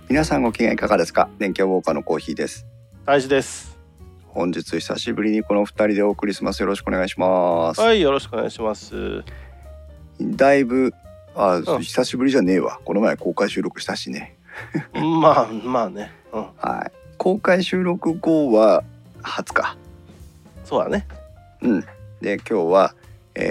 皆さんご機嫌いかがですか？電気屋ウォーカーのコーヒーです。 大事です。 本日久しぶりにこの2人でお送りします。よろしくお願いします。 はい、よろしくお願いします。 だいぶ久しぶりじゃねえわ。この前公開収録したしね。 まあね、 はい。公開収録後は20日。 そうだね。 で今日は、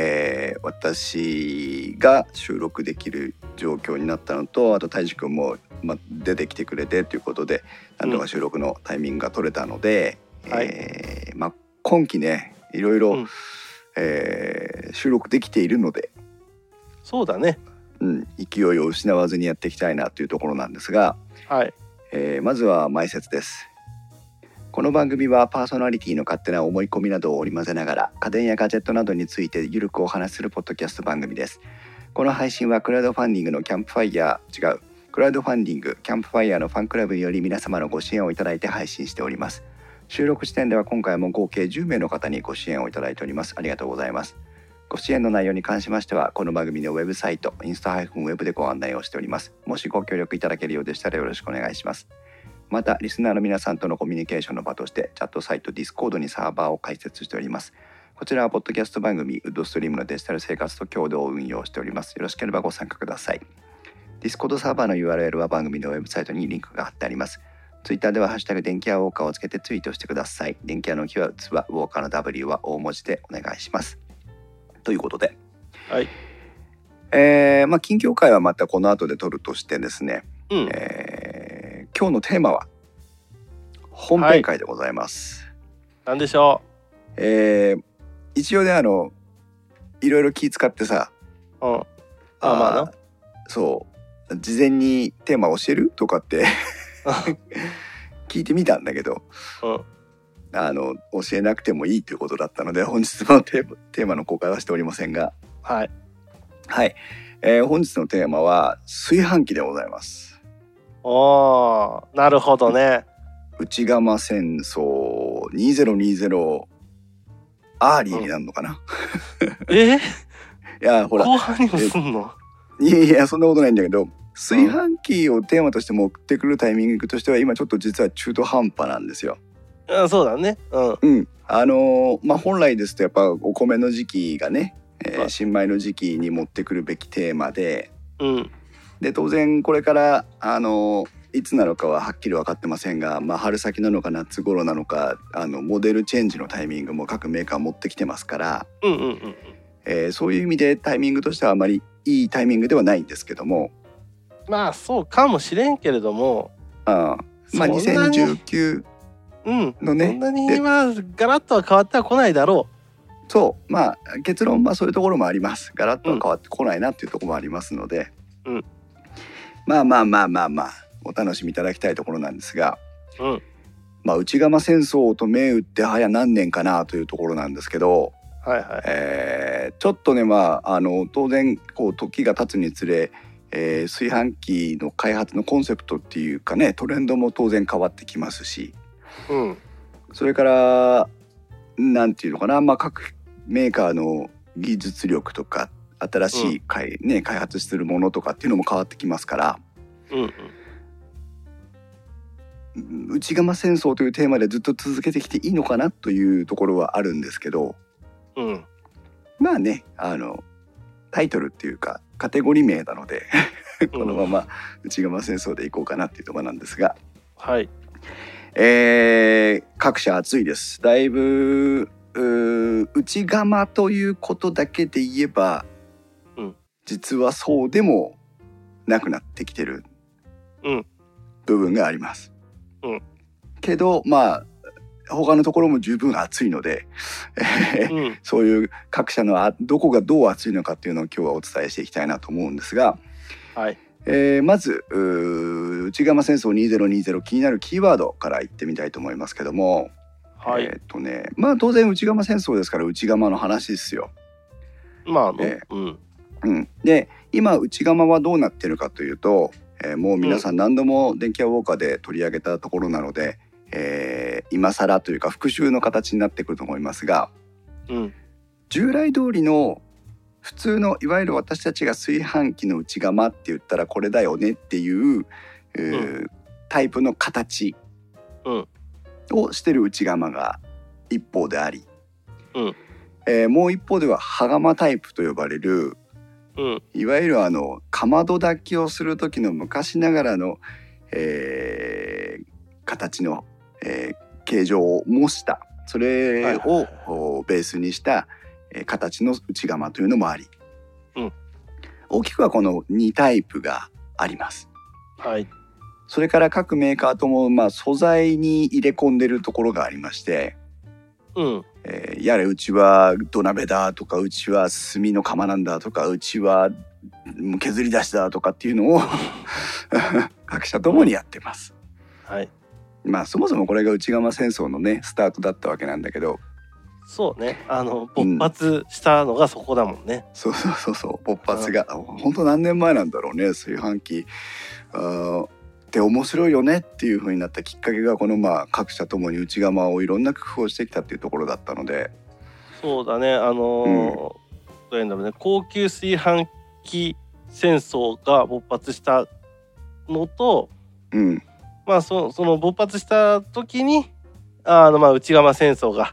私が収録できる状況になったのと、あと泰治君も、出てきてくれてということで何とか収録のタイミングが取れたので、今期ねいろいろ、収録できているので、 そうだね、 勢いを失わずにやっていきたいなというところなんですが、 はい、 まずは前説です。この番組はパーソナリティの勝手な思い込みなどを織り交ぜながら家電やガジェットなどについてゆるくお話しするポッドキャスト番組です。この配信はクラウドファンディングのキャンプファイヤーのファンクラブにより皆様のご支援をいただいて配信しております。収録時点では今回も合計10名の方にご支援をいただいております。ありがとうございます。ご支援の内容に関しましてはこの番組のウェブサイトインスタ-webでご案内をしております。もしご協力いただけるようでしたらよろしくお願いします。またリスナーの皆さんとのコミュニケーションの場としてチャットサイト Discord にサーバーを開設しております。こちらはポッドキャスト番組ウッドストリームのデジタル生活と共同運用しております。よろしければご参加ください。Discord サーバーの URL は番組のウェブサイトにリンクが貼ってあります。Twitter ではハッシュタグ電気屋ウォーカーをつけてツイートしてください。電気屋のキーワードはウォーカーの W は大文字でお願いします。ということで、 はい、 近況会はまたこの後で撮るとしてですね、今日のテーマは本編会でございます。 なんでしょう。一応ねいろいろ気使ってさ、そう事前にテーマ教えるとかって聞いてみたんだけど、教えなくてもいいということだったので本日のテーマの公開はしておりませんが、はい、本日のテーマは炊飯器でございます。 なるほどね。 内釜戦争2020アーリーになるのかな。いやほら後半にもすんの？ いやそんなことないんだけど、炊飯器をテーマとして持ってくるタイミングとしては今ちょっと実は中途半端なんですよ。 そうだね。 本来ですとやっぱお米の時期がね、新米の時期に持ってくるべきテーマで、で当然これからいつなのかははっきり分かってませんが、春先なのか夏頃なのかモデルチェンジのタイミングも各メーカー持ってきてますから、そういう意味でタイミングとしてはあまりいいタイミングではないんですけども、 そうかもしれんけれども、 2019のね、 そんなに今ガラッとは変わってはこないだろう。そう結論そういうところもあります。ガラッとは変わってこないなっていうところもありますので、お楽しみいただきたいところなんですが、内釜戦争と銘打って早何年かなというところなんですけど、ちょっとね当然こう時が経つにつれ、炊飯器の開発のコンセプトっていうかねトレンドも当然変わってきますし、それからなんていうのかな、各メーカーの技術力とか新しい開発するものとかっていうのも変わってきますから、内釜戦争というテーマでずっと続けてきていいのかなというところはあるんですけど、タイトルっていうかカテゴリー名なのでこのまま内釜戦争でいこうかなっていうところなんですが、各社熱いです。だいぶ内釜ということだけで言えば、実はそうでもなくなってきてる部分があります。けど他のところも十分熱いのでそういう各社のどこがどう熱いのかっていうのを今日はお伝えしていきたいなと思うんですが、まず内釜戦争2020気になるキーワードから言ってみたいと思いますけども、当然内釜戦争ですから内釜の話ですよ。で今内釜はどうなってるかというと、もう皆さん何度も電気屋ウォーカーで取り上げたところなので、今更というか復習の形になってくると思いますが、従来通りの普通のいわゆる私たちが炊飯器の内釜って言ったらこれだよねっていう、 タイプの形をしてる内釜が一方であり、もう一方では羽釜タイプと呼ばれる、いわゆるかまど炊きをする時の昔ながらの、形の、形状を模したそれを、ベースにした、形の内釜というのもあり、大きくはこの2タイプがあります。それから各メーカーとも、素材に入れ込んでるところがありまして、やれうちは土鍋だとか、うちは炭の釜なんだとか、うちは削り出しだとかっていうのを各社ともにやってます。そもそもこれが内釜戦争のねスタートだったわけなんだけど、 そうね、勃発したのがそこだもんね。 そう勃発が本当何年前なんだろうね。炊飯器って面白いよねっていう風になったきっかけがこの各社ともに内釜をいろんな工夫をしてきたっていうところだったので。 そうだね、どういうんだろうね、高級炊飯器戦争が勃発したのと、その勃発した時に内釜戦争が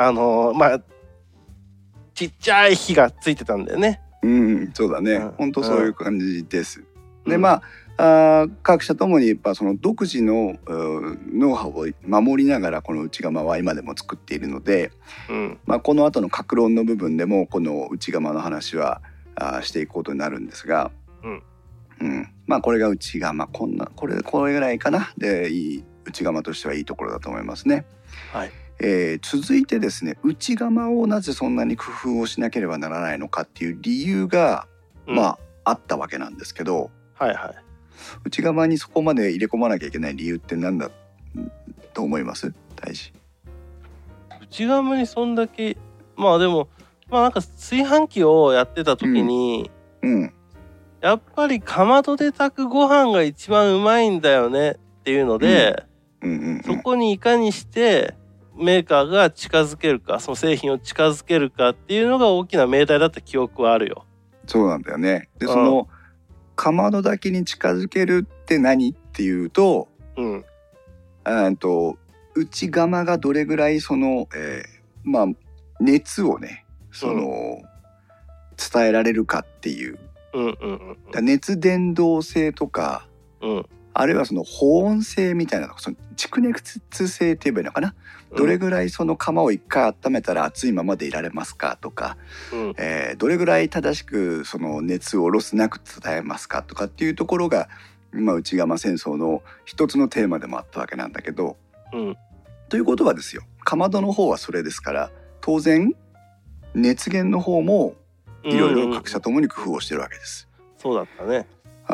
ちっちゃい火がついてたんだよね。 そうだね、本当そういう感じです。で各社ともにやっぱその独自のノウハウを守りながらこの内釜は今でも作っているので、この後の各論の部分でもこの内釜の話はしていくことになるんですが、これが内釜これぐらいかなでいい内釜としてはいいところだと思いますね。続いてですね、内釜をなぜそんなに工夫をしなければならないのかっていう理由があったわけなんですけど、内釜にそこまで入れ込まなきゃいけない理由って何だと思います大志？ 内釜にそんだけでもなんか炊飯器をやってた時に、やっぱりかまどで炊くご飯が一番うまいんだよねっていうので、そこにいかにしてメーカーが近づけるか、その製品を近づけるかっていうのが大きな命題だった記憶はあるよ。 そうなんだよね。でそのかまど炊きに近づけるって何っていうと、内釜がどれぐらいその、熱をね伝えられるかっていう、熱伝導性とか、あるいはその保温性みたいなその蓄熱性って言えばいいのかな、どれぐらいその釜を一回温めたら熱いままでいられますかとか、どれぐらい正しくその熱をロスなく伝えますかとかっていうところが、内釜戦争の一つのテーマでもあったわけなんだけど、ということはですよ、かまどの方はそれですから、当然熱源の方もいろいろ各社ともに工夫をしてるわけです。 そうだったね。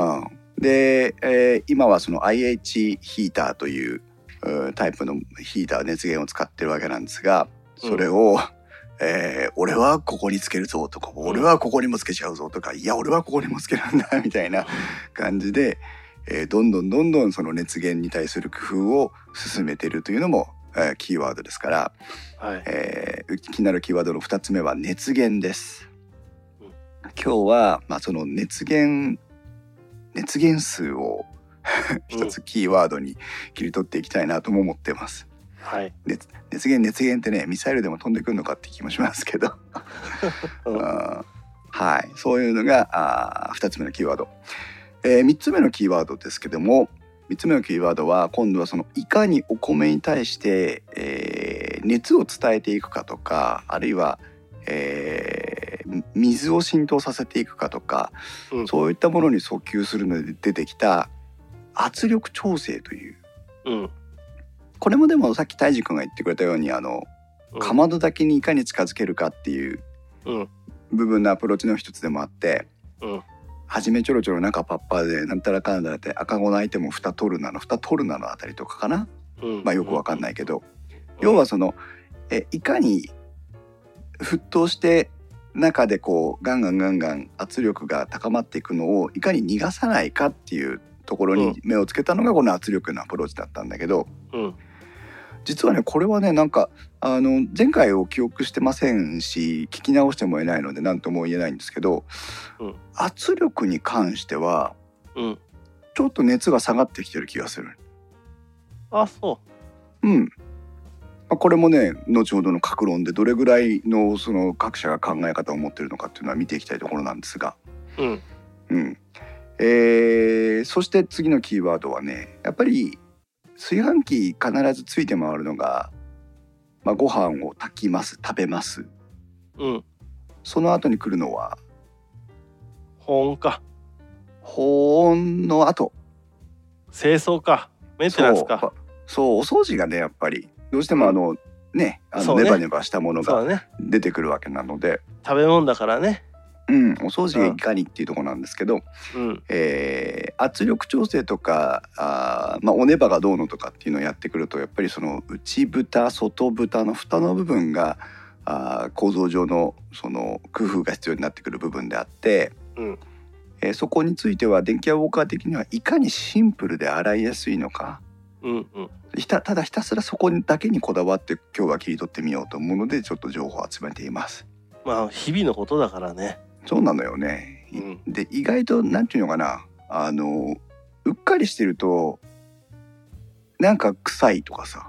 で、今はその IH ヒーターというタイプのヒーター熱源を使ってるわけなんですが、それを、俺はここにつけるぞとか、俺はここにもつけちゃうぞとか、いや俺はここにもつけるんだみたいな感じで、どんどんその熱源に対する工夫を進めているというのも、キーワードですから、気になるキーワードの2つ目は熱源です。今日は、その熱源数を一つキーワードに切り取っていきたいなとも思ってます。熱源ってね、ミサイルでも飛んでくるのかって気もしますけどそういうのが2つ目のキーワード。3つ目のキーワードですけども、3つ目のキーワードは今度はそのいかにお米に対して、熱を伝えていくかとか、あるいは、水を浸透させていくかとか、そういったものに訴求するので出てきた圧力調整という、これもでもさっき泰治君が言ってくれたようにかまど炊きにいかに近づけるかっていう部分のアプローチの一つでもあって、初めちょろちょろ中パッパーでなんたらかんだって赤子の相手も蓋取るなのあたりとかかな、よくわかんないけど、要はそのいかに沸騰して中でこうガンガン圧力が高まっていくのをいかに逃がさないかっていうところに目をつけたのがこの圧力のアプローチだったんだけど、実はねこれはねなんか前回を記憶してませんし聞き直してもいないので何とも言えないんですけど、圧力に関してはちょっと熱が下がってきてる気がする。 あ、そう。 うん。これもね後ほどの各論でどれぐらいのその各社が考え方を持っているのかっていうのは見ていきたいところなんですが、そして次のキーワードはね、やっぱり炊飯器必ずついて回るのが、ご飯を炊きます、食べます、その後に来るのは保温か。 保温の後清掃か、メンテナンスか。 そうお掃除がねやっぱりどうしてもネバネバしたものが出てくるわけなので、 食べ物だからね。 お掃除がいかにっていうところなんですけど、圧力調整とかおねばがどうのとかっていうのをやってくると、やっぱりその内蓋外蓋の蓋の部分が構造上のその工夫が必要になってくる部分であって、そこについては電気屋ウォーカー的にはいかにシンプルで洗いやすいのか、ただひたすらそこだけにこだわって今日は切り取ってみようと思うので、ちょっと情報を集めています。 日々のことだからね。 そうなのよね。で意外となんていうのかな、うっかりしてるとなんか臭いとかさ、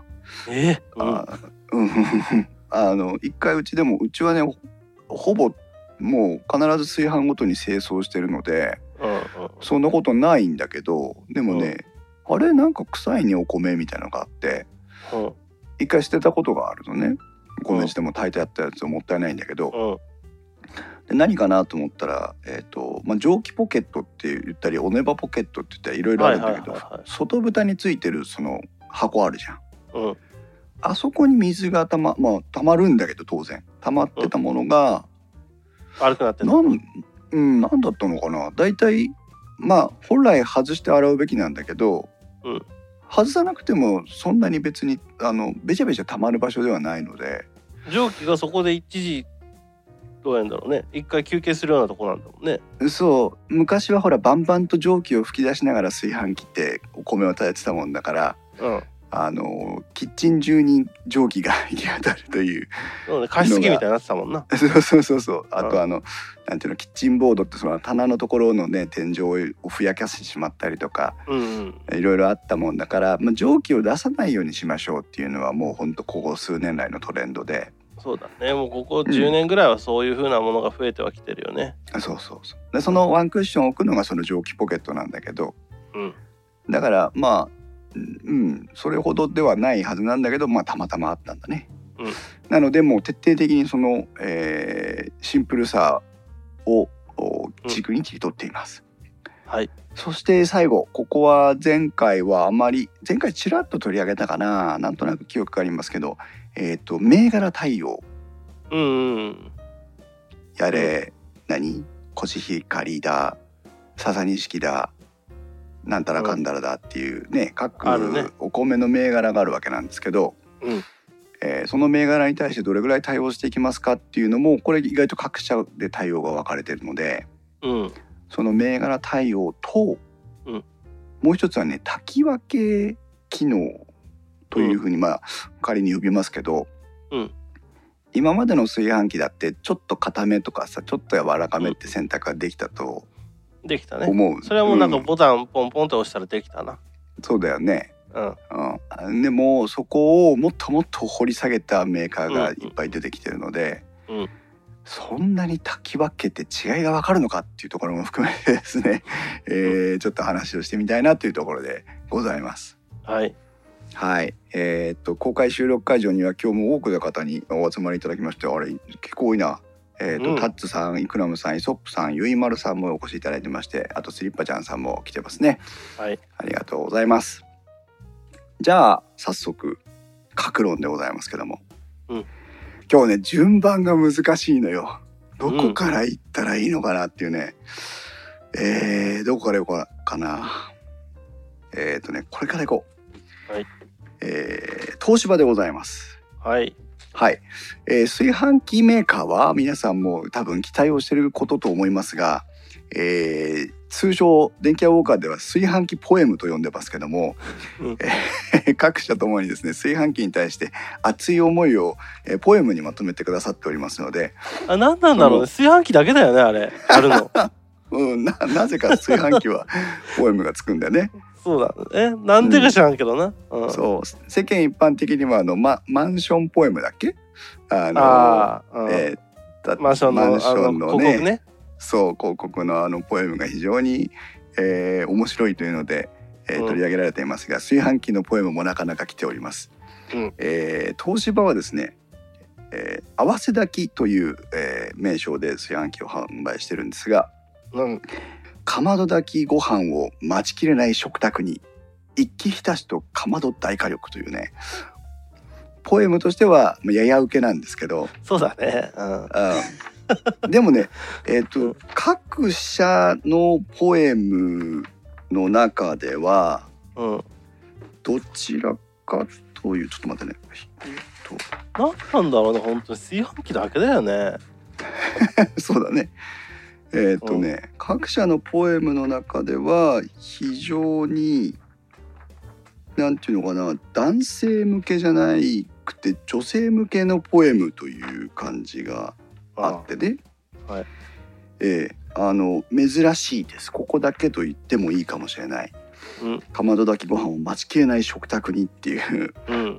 一回うちはねほぼもう必ず炊飯ごとに清掃してるので、そんなことないんだけど、でもね、あれなんか臭いねお米みたいなのがあって、一回捨てたことがあるのね。お米自体も炊いてあったやつはもったいないんだけど、で何かなと思ったら、蒸気ポケットって言ったりおねばポケットって言ったりいろいろあるんだけど、外蓋についてるその箱あるじゃん。あそこに水がたまるんだけど、当然溜まってたものが、 悪くなってる。 なんだったのかな。だいたい本来外して洗うべきなんだけど、外さなくてもそんなに別にべちゃべちゃ溜まる場所ではないので、 蒸気がそこで一時どうやんだろうね、一回休憩するようなとこなんだもんね。 そう、昔はほらバンバンと蒸気を吹き出しながら炊飯器ってお米を炊いてたもんだから、キッチン中に蒸気が行き渡るという、 加湿器みたいになってたもんな。 そうあとなんていうの、キッチンボードってその棚のところのね天井をふやかしてしまったりとか、いろいろあったもんだから、蒸気を出さないようにしましょうっていうのはもうほんとここ数年来のトレンドで。 そうだね、もうここ10年ぐらいはそういう風なものが増えてはきてるよね。 そうでそのワンクッションを置くのがその蒸気ポケットなんだけど、だからそれほどではないはずなんだけど、たまたまあったんだね。なのでもう徹底的にその、シンプルさを軸に切り取っています。そして最後、ここは前回ちらっと取り上げたかな、なんとなく記憶がありますけど、銘柄対応、やれ、コシヒカリだ、ササニシキだ、なんたらかんだらだっていうね、各お米の銘柄があるわけなんですけど、その銘柄に対してどれぐらい対応していきますかっていうのも、これ意外と各社で対応が分かれているので、その銘柄対応と、もう一つはね、炊き分け機能というふうに仮に呼びますけど、今までの炊飯器だってちょっと固めとかさ、ちょっと柔らかめって選択ができたとできたね。 思う。 それはもうなんかボタンポンポンって押したらできたな。 そうだよね。でもそこをもっともっと掘り下げたメーカーがいっぱい出てきてるので、そんなに炊き分けて違いが分かるのかっていうところも含めてですね、ちょっと話をしてみたいなというところでございます。公開収録会場には今日も多くの方にお集まりいただきまして、あれ結構多いな。タッツさん、イクラムさん、イソップさん、ゆいまるさんもお越しいただいてまして、あとスリッパちゃんさんも来てますね。ありがとうございます。じゃあ早速各論でございますけども、今日ね順番が難しいのよ。どこから行ったらいいのかなっていうね、どこから行こうかな。これから行こう。東芝でございます。炊飯器メーカーは皆さんも多分期待をしていることと思いますが、通称電気屋ウォーカーでは炊飯器ポエムと呼んでますけども、各社ともにですね、炊飯器に対して熱い思いを、ポエムにまとめてくださっておりますので。 何なんだろうね、炊飯器だけだよねあれあるの。 なぜか炊飯器はポエムがつくんだよね。 そうだね。なんでか知らんけどな。 そう世間一般的にはマンションポエムだっけ？ マンションの広告ね。 そう広告のポエムが非常に、面白いというので、取り上げられていますが、炊飯器のポエムもなかなか来ております。東芝はですね、合わせ炊きという、名称で炊飯器を販売してるんですが、かまど炊きご飯を待ちきれない食卓に一気浸しとかまど大火力というね、ポエムとしてはやや受けなんですけど、 そうだね、 でもね、各社のポエムの中では、どちらかという、ちょっと待ってね、 なんだろうね、本当に炊飯器だけだよね。 そうだね。各社のポエムの中では非常になんていうのかな、男性向けじゃなくて女性向けのポエムという感じがあってね、珍しいです。ここだけと言ってもいいかもしれない。かまど炊きご飯を待ちきれない食卓にっていう、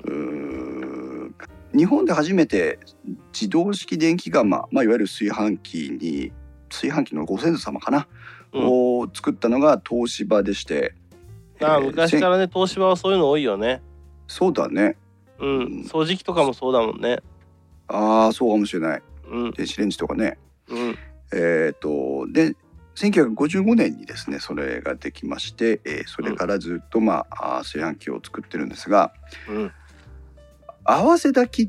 日本で初めて自動式電気釜、いわゆる炊飯器のご先祖様かな、を作ったのが東芝でして、 昔からね、東芝はそういうの多いよね。 そうだね。 掃除機とかもそうだもんね。 そうかもしれない。電子レンジとかね。で1955年にですねそれができまして、それからずっと炊飯器を作ってるんですが、合わせ炊きって、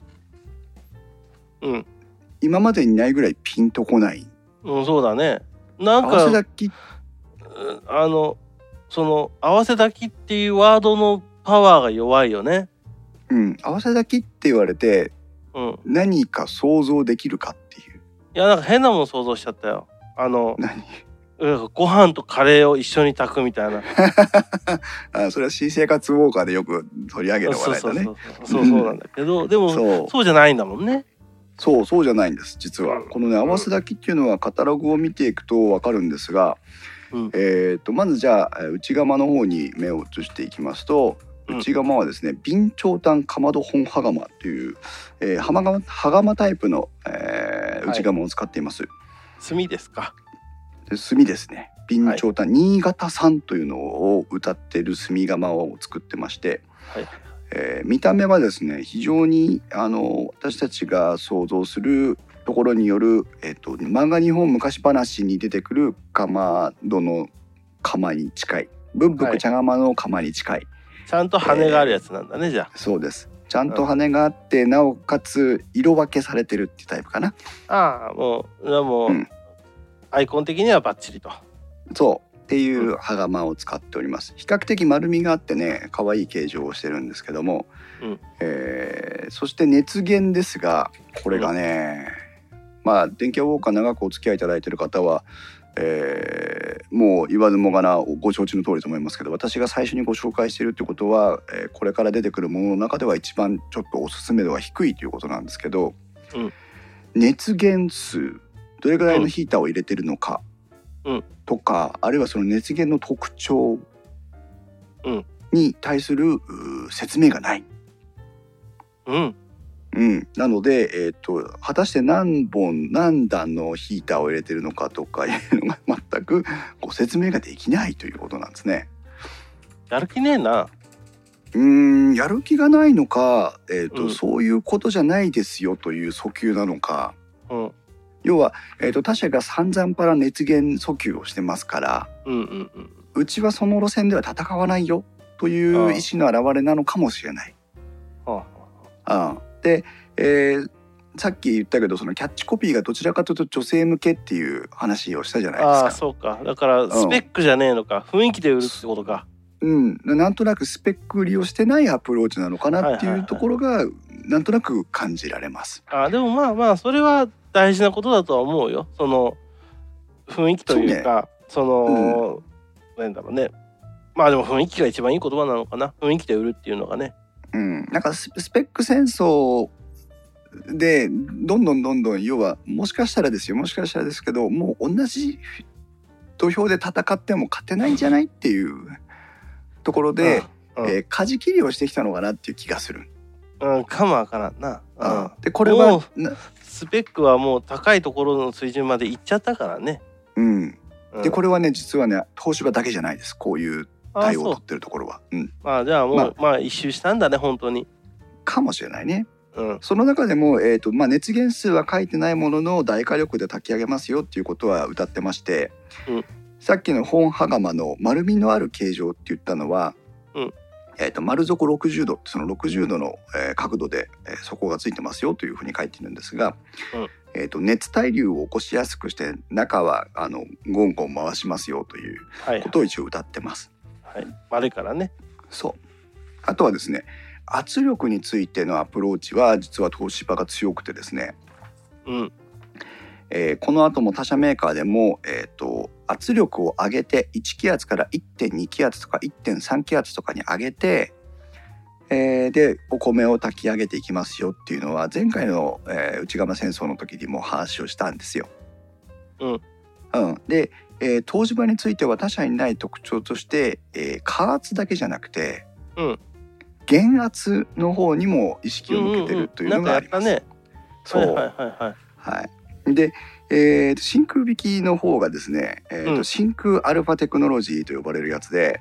今までにないぐらいピンとこない。 そうだね。なんか合わせ炊き、その合わせ炊きっていうワードのパワーが弱いよね。 合わせ炊きって言われて、何か想像できるかっていう。 いや、なんか変なもの想像しちゃったよ。 何？ ご飯とカレーを一緒に炊くみたいな。 それは新生活ウォーカーでよく取り上げる話題だね。 そうなんだけど、でもそうじゃないんだもんね。 そうじゃないんです。実はこのね、合わせ炊きっていうのはカタログを見ていくと分かるんですが、まずじゃあ内釜の方に目を移していきますと、内釜はですね、備長炭かまど本羽釜という、羽釜タイプの、内釜を使っています。 炭ですか？ 炭ですね。備長炭、新潟産というのを謳っている炭釜を作ってまして、見た目はですね、非常に私たちが想像するところによる、漫画日本昔話に出てくるかまどの釜に近い、文福茶釜の釜に近い。 ちゃんと羽があるやつなんだね、じゃあ。 そうです。ちゃんと羽があって、なおかつ色分けされてるっていうタイプかな。 もう、アイコン的にはバッチリと。 そうっていう羽釜を使っております。比較的丸みがあってね、可愛い形状をしてるんですけども、そして熱源ですが、これがね、電気屋ウォーカー長くお付き合いいただいている方は、もう言わずもがなご承知の通りと思いますけど、私が最初にご紹介しているということは、これから出てくるものの中では一番ちょっとおすすめ度は低いということなんですけど、熱源数、どれぐらいのヒーターを入れてるのかとか、あるいはその熱源の特徴に対する説明がない。なので、果たして何段のヒーターを入れてるのかとかいうのが全くご説明ができないということなんですね。 やる気ねえな。 やる気がないのか、そういうことじゃないですよという訴求なのか、要は、他社が散々パラ熱源訴求をしてますから、うちはその路線では戦わないよという意思の表れなのかもしれない。で、さっき言ったけど、そのキャッチコピーがどちらかというと女性向けっていう話をしたじゃないですか。 そうか。だからスペックじゃねえのか、雰囲気で売るってことか。なんとなくスペック売りをしてないアプローチなのかなっていうところがなんとなく感じられます。 でもそれは大事なことだとは思うよ。その雰囲気というか、なんだろうね。でも雰囲気が一番いい言葉なのかな。雰囲気で売るっていうのがね。 なんかスペック戦争でどんどん要はもしかしたらですけど、もう同じ土俵で戦っても勝てないんじゃないっていうところで、舵切りをしてきたのかなっていう気がする。 かもわからんな。 でこれはスペックはもう高いところの水準までいっちゃったからね。 でこれはね実はね東芝だけじゃないです。こういう対応を取ってるところは。 じゃあもう、一周したんだね本当に。 かもしれないね。その中でも、熱源数は書いてないものの大火力で炊き上げますよっていうことは歌ってまして、さっきの本羽釜の丸みのある形状って言ったのは、丸底60度ってその60度の、角度で、底がついてますよというふうに書いてるんですが、熱対流を起こしやすくして中はゴンゴン回しますよということを一応歌ってます。 丸いからね。 そう。あとはですね、圧力についてのアプローチは実は東芝が強くてですね、この後も他社メーカーでも、圧力を上げて1気圧から 1.2 気圧とか 1.3 気圧とかに上げて、でお米を炊き上げていきますよっていうのは前回の、内釜戦争の時にも話をしたんですよ。で、東芝については他社にない特徴として、加圧だけじゃなくて、減圧の方にも意識を向けてるというのがあります。で、真空引きの方がですね、真空アルファテクノロジーと呼ばれるやつで、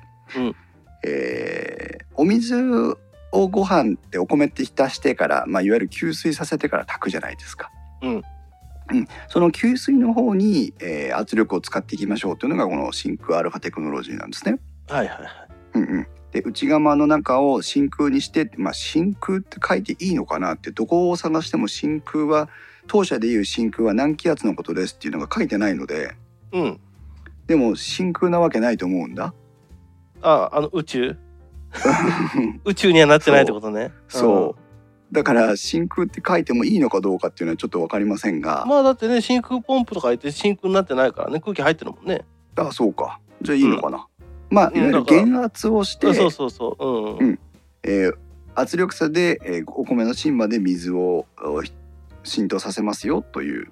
お水をご飯でお米って浸してから、いわゆる吸水させてから炊くじゃないですか。その吸水の方に、圧力を使っていきましょうというのがこの真空アルファテクノロジーなんですね。で内釜の中を真空にして、真空って書いていいのかなって、どこを探しても真空は当社でいう真空は何気圧のことですっていうのが書いてないので、でも真空なわけないと思うんだ。 宇宙宇宙にはなってないってことね。 だから真空って書いてもいいのかどうかっていうのはちょっと分かりませんが、 だってね真空ポンプとか言って真空になってないからね、空気入ってるもんね。 そうか、じゃあいいのかな。いわゆる減圧をして、圧力差で、お米の芯まで水を浸透させますよという。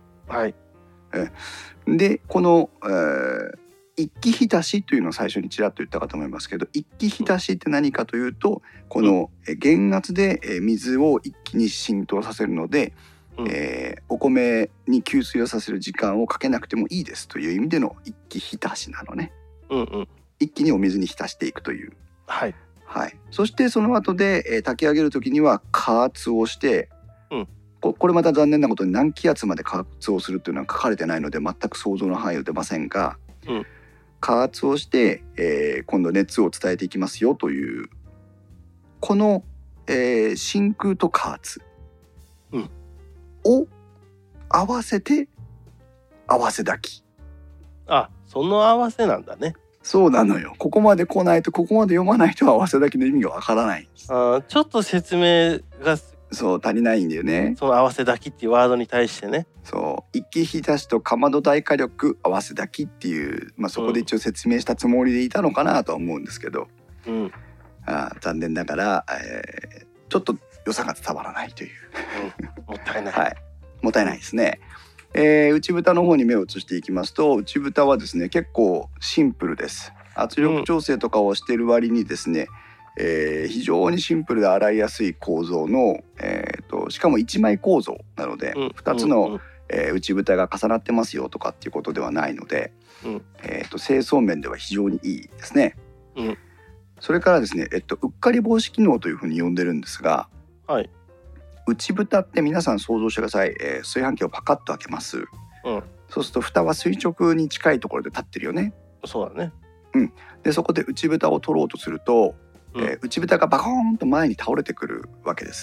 でこの、一気浸しというのを最初にちらっと言ったかと思いますけど、一気浸しって何かというと、この減圧で水を一気に浸透させるので、お米に吸水をさせる時間をかけなくてもいいですという意味での一気浸しなのね。一気にお水に浸していくという。そしてその後で、炊き上げる時には加圧をして、これまた残念なことに何気圧まで加圧をするというのは書かれてないので全く想像の範囲で出ませんが、加圧をして、今度熱を伝えていきますよというこの、真空と加圧を合わせて合わせ炊き。 その合わせなんだね。 そうなのよ。ここまで来ないと、ここまで読まないと合わせ炊きの意味がわからないんです。 ちょっと説明が足りないんだよね。 その合わせ炊きっていうワードに対してね。 一気浸しとかまど大火力合わせ炊きっていう、そこで一応説明したつもりでいたのかなとは思うんですけど、残念ながら、ちょっと良さが伝わらないという、 もったいない、 もったいないですね。内蓋の方に目を移していきますと、内蓋はですね結構シンプルです。圧力調整とかをしている割にですね、非常にシンプルで洗いやすい構造の、しかも一枚構造なので、2つの、内蓋が重なってますよとかっていうことではないので、清掃面では非常にいいですね。それからですね、うっかり防止機能というふうに呼んでるんですが、内蓋って皆さん想像してください。炊飯器をパカッと開けます。そうすると蓋は垂直に近いところで立ってるよね。 そうだね。 でそこで内蓋を取ろうとすると、内蓋がバコーンと前に倒れてくるわけです。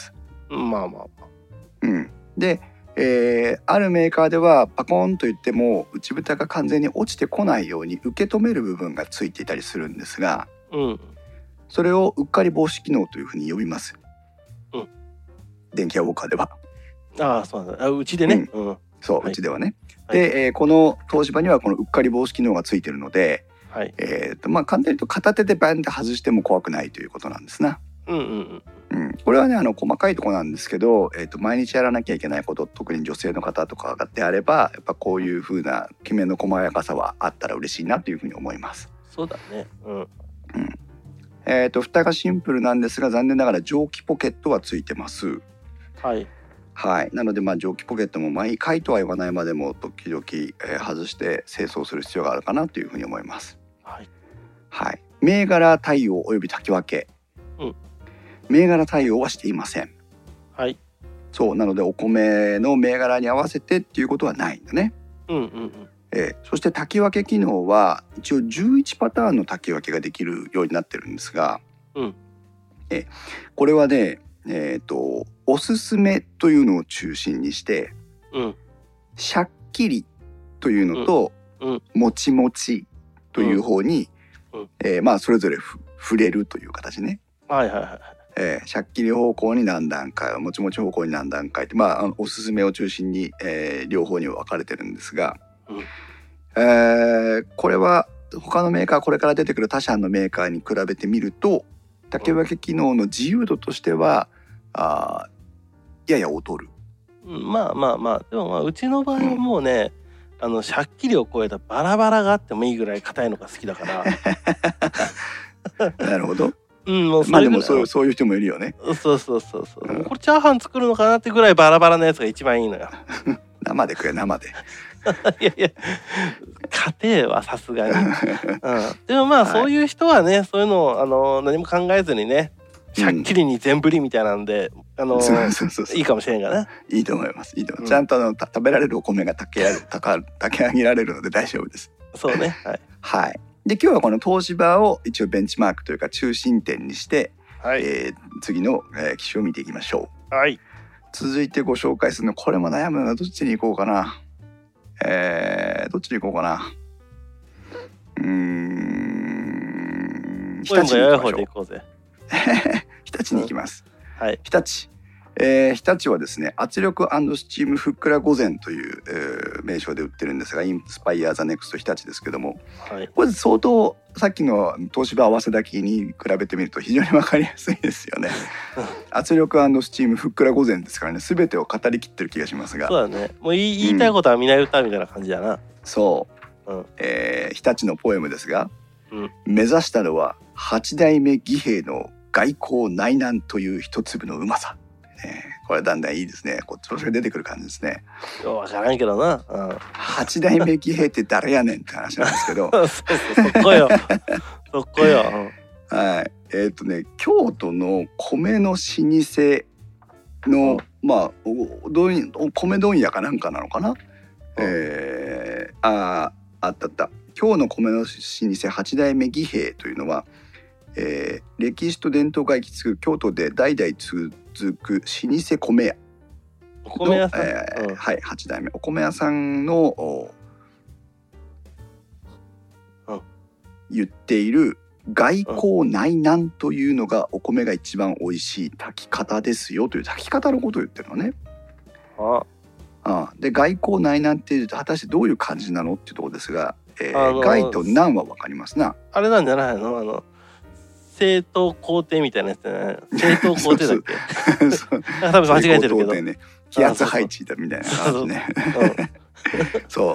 で、あるメーカーではパコーンといっても内蓋が完全に落ちてこないように受け止める部分がついていたりするんですが、それをうっかり防止機能というふうに呼びます。電気屋ウォーカーでは。 そうなんだ。うちでね。 うちではね。で、この東芝にはこのうっかり防止機能がついてるので、簡単に言うと片手でバンって外しても怖くないということなんですな。 これはね細かいところなんですけど、毎日やらなきゃいけないこと、特に女性の方とかであればやっぱこういう風なきめの細やかさはあったら嬉しいなというふうに思います。 そうだね。 蓋がシンプルなんですが残念ながら蒸気ポケットはついてます。 はいはい、なので蒸気ポケットも毎回とは言わないまでも時々、外して清掃する必要があるかなというふうに思います。 はい、 はい、銘柄対応および炊き分け、銘柄対応はしていません。 はい、 そうなのでお米の銘柄に合わせてっていうことはないんだね。そして炊き分け機能は一応11パターンの炊き分けができるようになってるんですが、これはねおすすめというのを中心にして、しゃっきりというのと、もちもちという方に、それぞれ触れるという形ね。しゃっきり方向に何段階、もちもち方向に何段階って、おすすめを中心に、両方に分かれてるんですが、これは他のメーカー、これから出てくる他社のメーカーに比べてみると炊き分け機能の自由度としてはやや劣る。 でもうちの場合はもうね、しゃっきりを超えたバラバラがあってもいいぐらい硬いのが好きだからなるほど。 もうでもそういう人もいるよね。 そう、これチャーハン作るのかなってぐらいバラバラなやつが一番いいのよ。 生で食え、生で。 いや家庭はさすがに、でもそういう人はね、そういうのを何も考えずにね、しゃっきりに全振りみたいなんで、いいかもしれんがね。 いいと思います。ちゃんと食べられるお米が炊き上げられるので大丈夫です。 そうね。 はい。で今日はこの東芝を一応ベンチマークというか中心点にして、次の機種を見ていきましょう。続いてご紹介するの、これも悩むな。どっちに行こうかな。日立に行きましょう。日立に行きます。日立はですね、圧力&スチームふっくら御膳という、名称で売ってるんですが、インスパイアザネクスト日立ですけども、これ相当さっきの東芝合わせ炊きに比べてみると非常に分かりやすいですよね。圧力&スチームふっくら御膳ですからね、全てを語りきってる気がしますが。 そうだね。もう言いたいことはみんな歌みたいな感じだな。 そう、日立のポエムですが、目指したのは8代目義兵の外交内難という一粒のうまさ。これだんだんいいですね。調子が出てくる感じですね。 分からんけどな。 8代目義兵って誰やねんって話なんですけど。 そこよ。 はい。京都の米の老舗のお米問屋かなんかなのかな。あった。京の米の老舗8代目義兵というのは、歴史と伝統が行き継ぐ京都で代々続く老舗米屋の8代目お米屋さんの言っている外交内難というのがお米が一番美味しい炊き方ですよという炊き方のことを言ってるのね。で外交内難って果たしてどういう感じなのっていうところですが、外と難は分かりますな。 あれなんじゃないの？正当工程みたいなやつね。正当工程だっけ？多分間違えてるけど。 気圧配置だみたいな感じね。そう。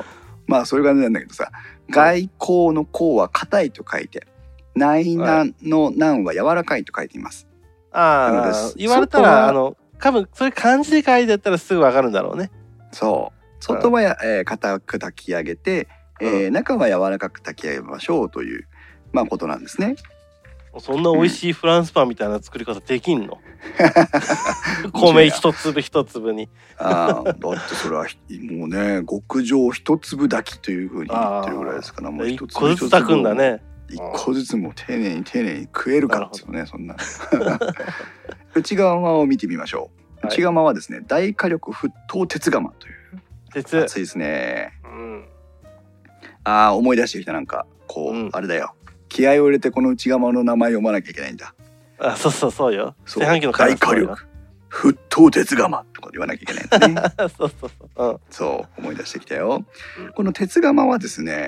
そういう感じなんだけどさ、外交の交は硬いと書いて、内難の難は柔らかいと書いています。 言われたら多分それ漢字で書いてあったらすぐ分かるんだろうね。 そう。外は硬く炊き上げて、中は柔らかく炊き上げましょうということなんですね。 そんな美味しいフランスパンみたいな作り方できんの？米一粒一粒に。 だってそれはもうね、極上一粒炊きというふうに言ってるぐらいですから、もう一個ずつ炊くんだね。 一個ずつも丁寧に食えるかっていうね、そんな。内側を見てみましょう。内側はですね、大火力沸騰鉄釜という。 熱いですね。思い出してきた。なんかあれだよ。気合を入れてこの内側の名前読まなきゃいけないんだ。 そうよ。炊飯器の大火力沸騰鉄釜とか言わなきゃいけないんだね。そう思い出してきたよ。この鉄釜はですね、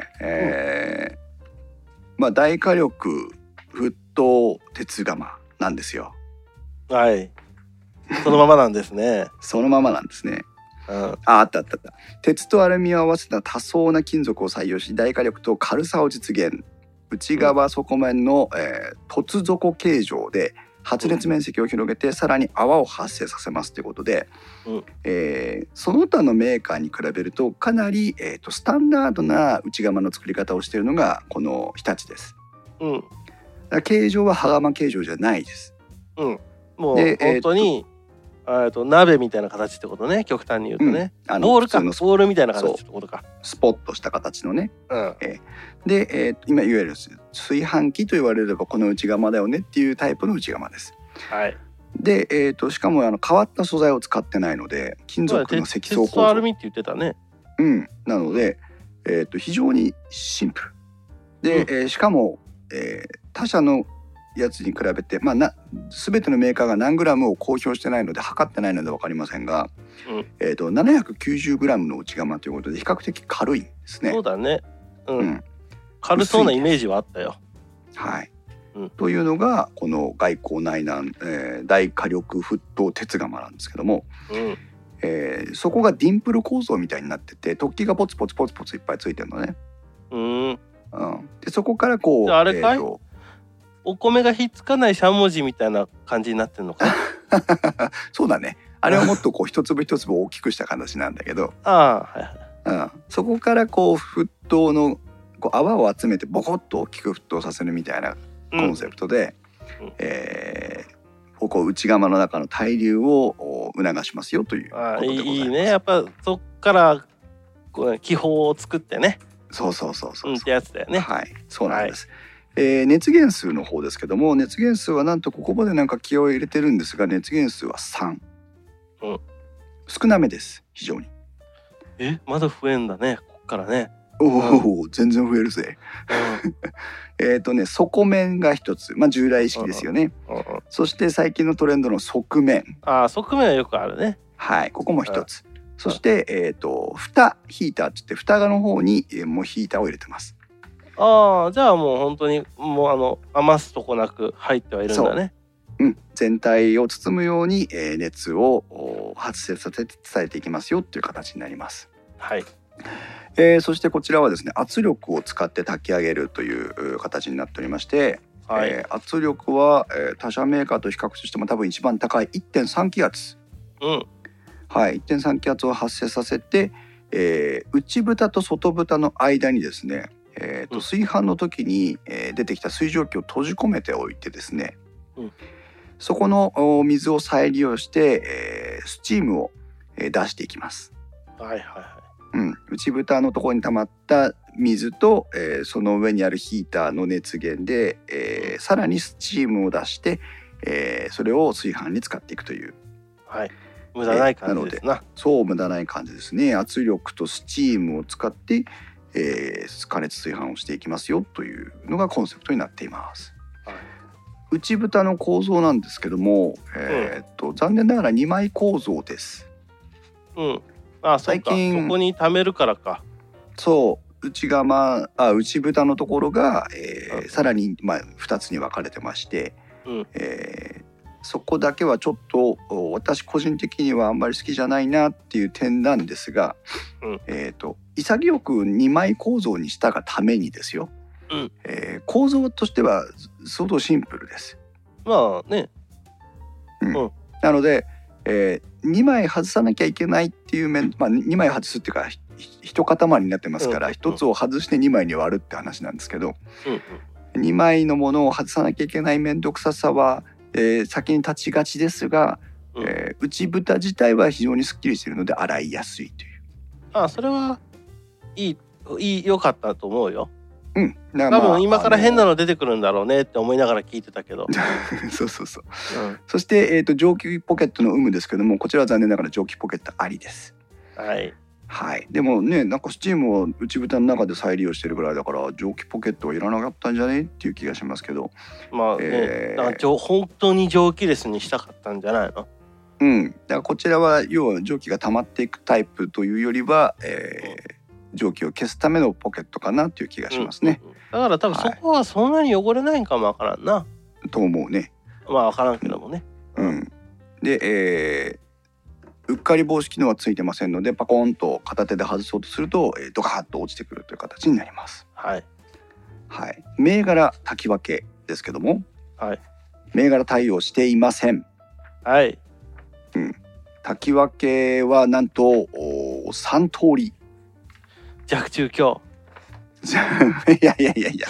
大火力沸騰鉄釜なんですよ。 はい。そのままなんですね。 そのままなんですね。あった。鉄とアルミを合わせた多層な金属を採用し、大火力と軽さを実現。内側底面の、凸底形状で発熱面積を広げて、さらに泡を発生させますということで、その他のメーカーに比べるとかなり、スタンダードな内釜の作り方をしているのがこの日立です。形状は羽釜形状じゃないです。 もう本当に、鍋みたいな形ってことね、極端に言うとね。ボールか、ボールみたいな形ってことか。 スポッとした形のね。で、今いわゆる炊飯器と言われればこの内釜だよねっていうタイプの内釜です。で、しかも変わった素材を使ってないので、金属の積層構造。鉄とアルミって言ってたね。 なので、非常にシンプルで、しかも、他社のやつに比べて、全てのメーカーが何グラムを公表してないので測ってないので分かりませんが、790グラムの内釜ということで比較的軽いんですね。 そうだね。軽そうなイメージはあったよ。 というのがこの外光内燃、大火力沸騰鉄釜なんですけども、そこがディンプル構造みたいになってて、突起がポツポツいっぱいついてるのね。でそこからこうあれかい、お米がひっつかないしゃもじみたいな感じになってるのかそうだね。あれをもっとこう一粒一粒大きくした形なんだけどそこからこう沸騰のこう泡を集めてボコッと大きく沸騰させるみたいなコンセプトで、こう内釜の中の対流を促しますよということでございます。 いいね。やっぱそっから気泡を作ってね。 そうってやつだよね。 そうなんです。熱源数の方ですけども、熱源数はなんとここまでなんか気を入れてるんですが、熱源数は3、少なめです。非常に。 まだ増えんだね、こっからね。 全然増えるぜ。底面が一つ、従来意識ですよね。そして最近のトレンドの側面。 側面はよくあるね。 ここも一つ。そして蓋ヒーターって言って、蓋の方にもうヒーターを入れてます。 じゃあもう本当にもう余すとこなく入ってはいるんだね。 全体を包むように熱を発生させて伝えていきますよっていう形になります。そしてこちらはですね、圧力を使って炊き上げるという形になっておりまして、圧力は他社メーカーと比較しても多分一番高い 1.3 気圧、1.3 気圧を発生させて、内蓋と外蓋の間にですね、炊飯の時に出てきた水蒸気を閉じ込めておいてですね、そこの水を再利用して、スチームを出していきます。内蓋のところに溜まった水と、その上にあるヒーターの熱源で、さらにスチームを出して、それを炊飯に使っていくという、 無駄ない感じですな。 そう、無駄ない感じですね。圧力とスチームを使って、加熱炊飯をしていきますよというのがコンセプトになっています。内蓋の構造なんですけども、残念ながら2枚構造です。 最近そこに溜めるからか。 内蓋のところが、さらに2つに分かれてまして、そこだけはちょっと私個人的にはあんまり好きじゃないなっていう点なんですが、潔く2枚構造にしたがためにですよ、構造としては相当シンプルです。なので、2枚外さなきゃいけないっていう面、2枚外すっていうか一塊になってますから、1つを外して2枚に割るって話なんですけど、2枚のものを外さなきゃいけない面倒くささは、先に立ちがちですが、内蓋自体は非常にすっきりしているので洗いやすいという。 それ良かったと思うよ。多分今から変なの出てくるんだろうねって思いながら聞いてたけどそう、そして、蒸気ポケットの有無ですけども、こちらは残念ながら蒸気ポケットありです。でもね、なんかスチームを内蓋の中で再利用してるぐらいだから、蒸気ポケットはいらなかったんじゃねっていう気がしますけど、 本当に蒸気レスにしたかったんじゃないの？ だからこちらは要は蒸気が溜まっていくタイプというよりは、蒸気を消すためのポケットかなという気がしますね。 だから多分そこはそんなに汚れないんかもわからんな。 と思うね。 わからんけどもね。 で、うっかり防止機能はついてませんので、パコンと片手で外そうとすると、ドカッと落ちてくるという形になります。 はい。 はい。銘柄炊き分けですけども、 はい。 銘柄対応していません。 はい。 炊き分けはなんと3通り。 弱中強。 いや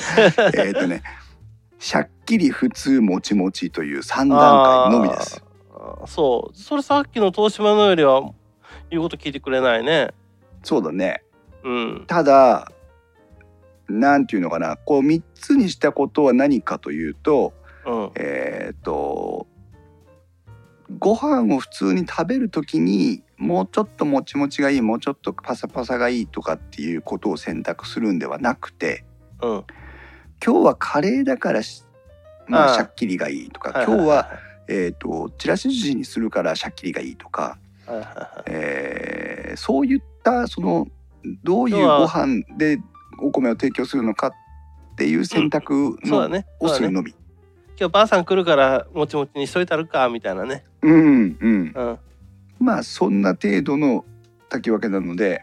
しゃっきり普通もちもちという3段階のみです。 そう、それさっきの東芝のよりは言うこと聞いてくれないね。 そうだね。ただなんていうのかな、こう3つにしたことは何かというと、ご飯を普通に食べるときにもうちょっともちもちがいい、もうちょっとパサパサがいいとかっていうことを選択するんではなくて、今日はカレーだからしゃっきりがいいとか、今日はちらし寿司にするからしゃっきりがいいとか、そういったそのどういうご飯でお米を提供するのかっていう選択をするのみ。 今日ばあさん来るからもちもちにしといたるかみたいなね。 まあそんな程度の炊き分けなので、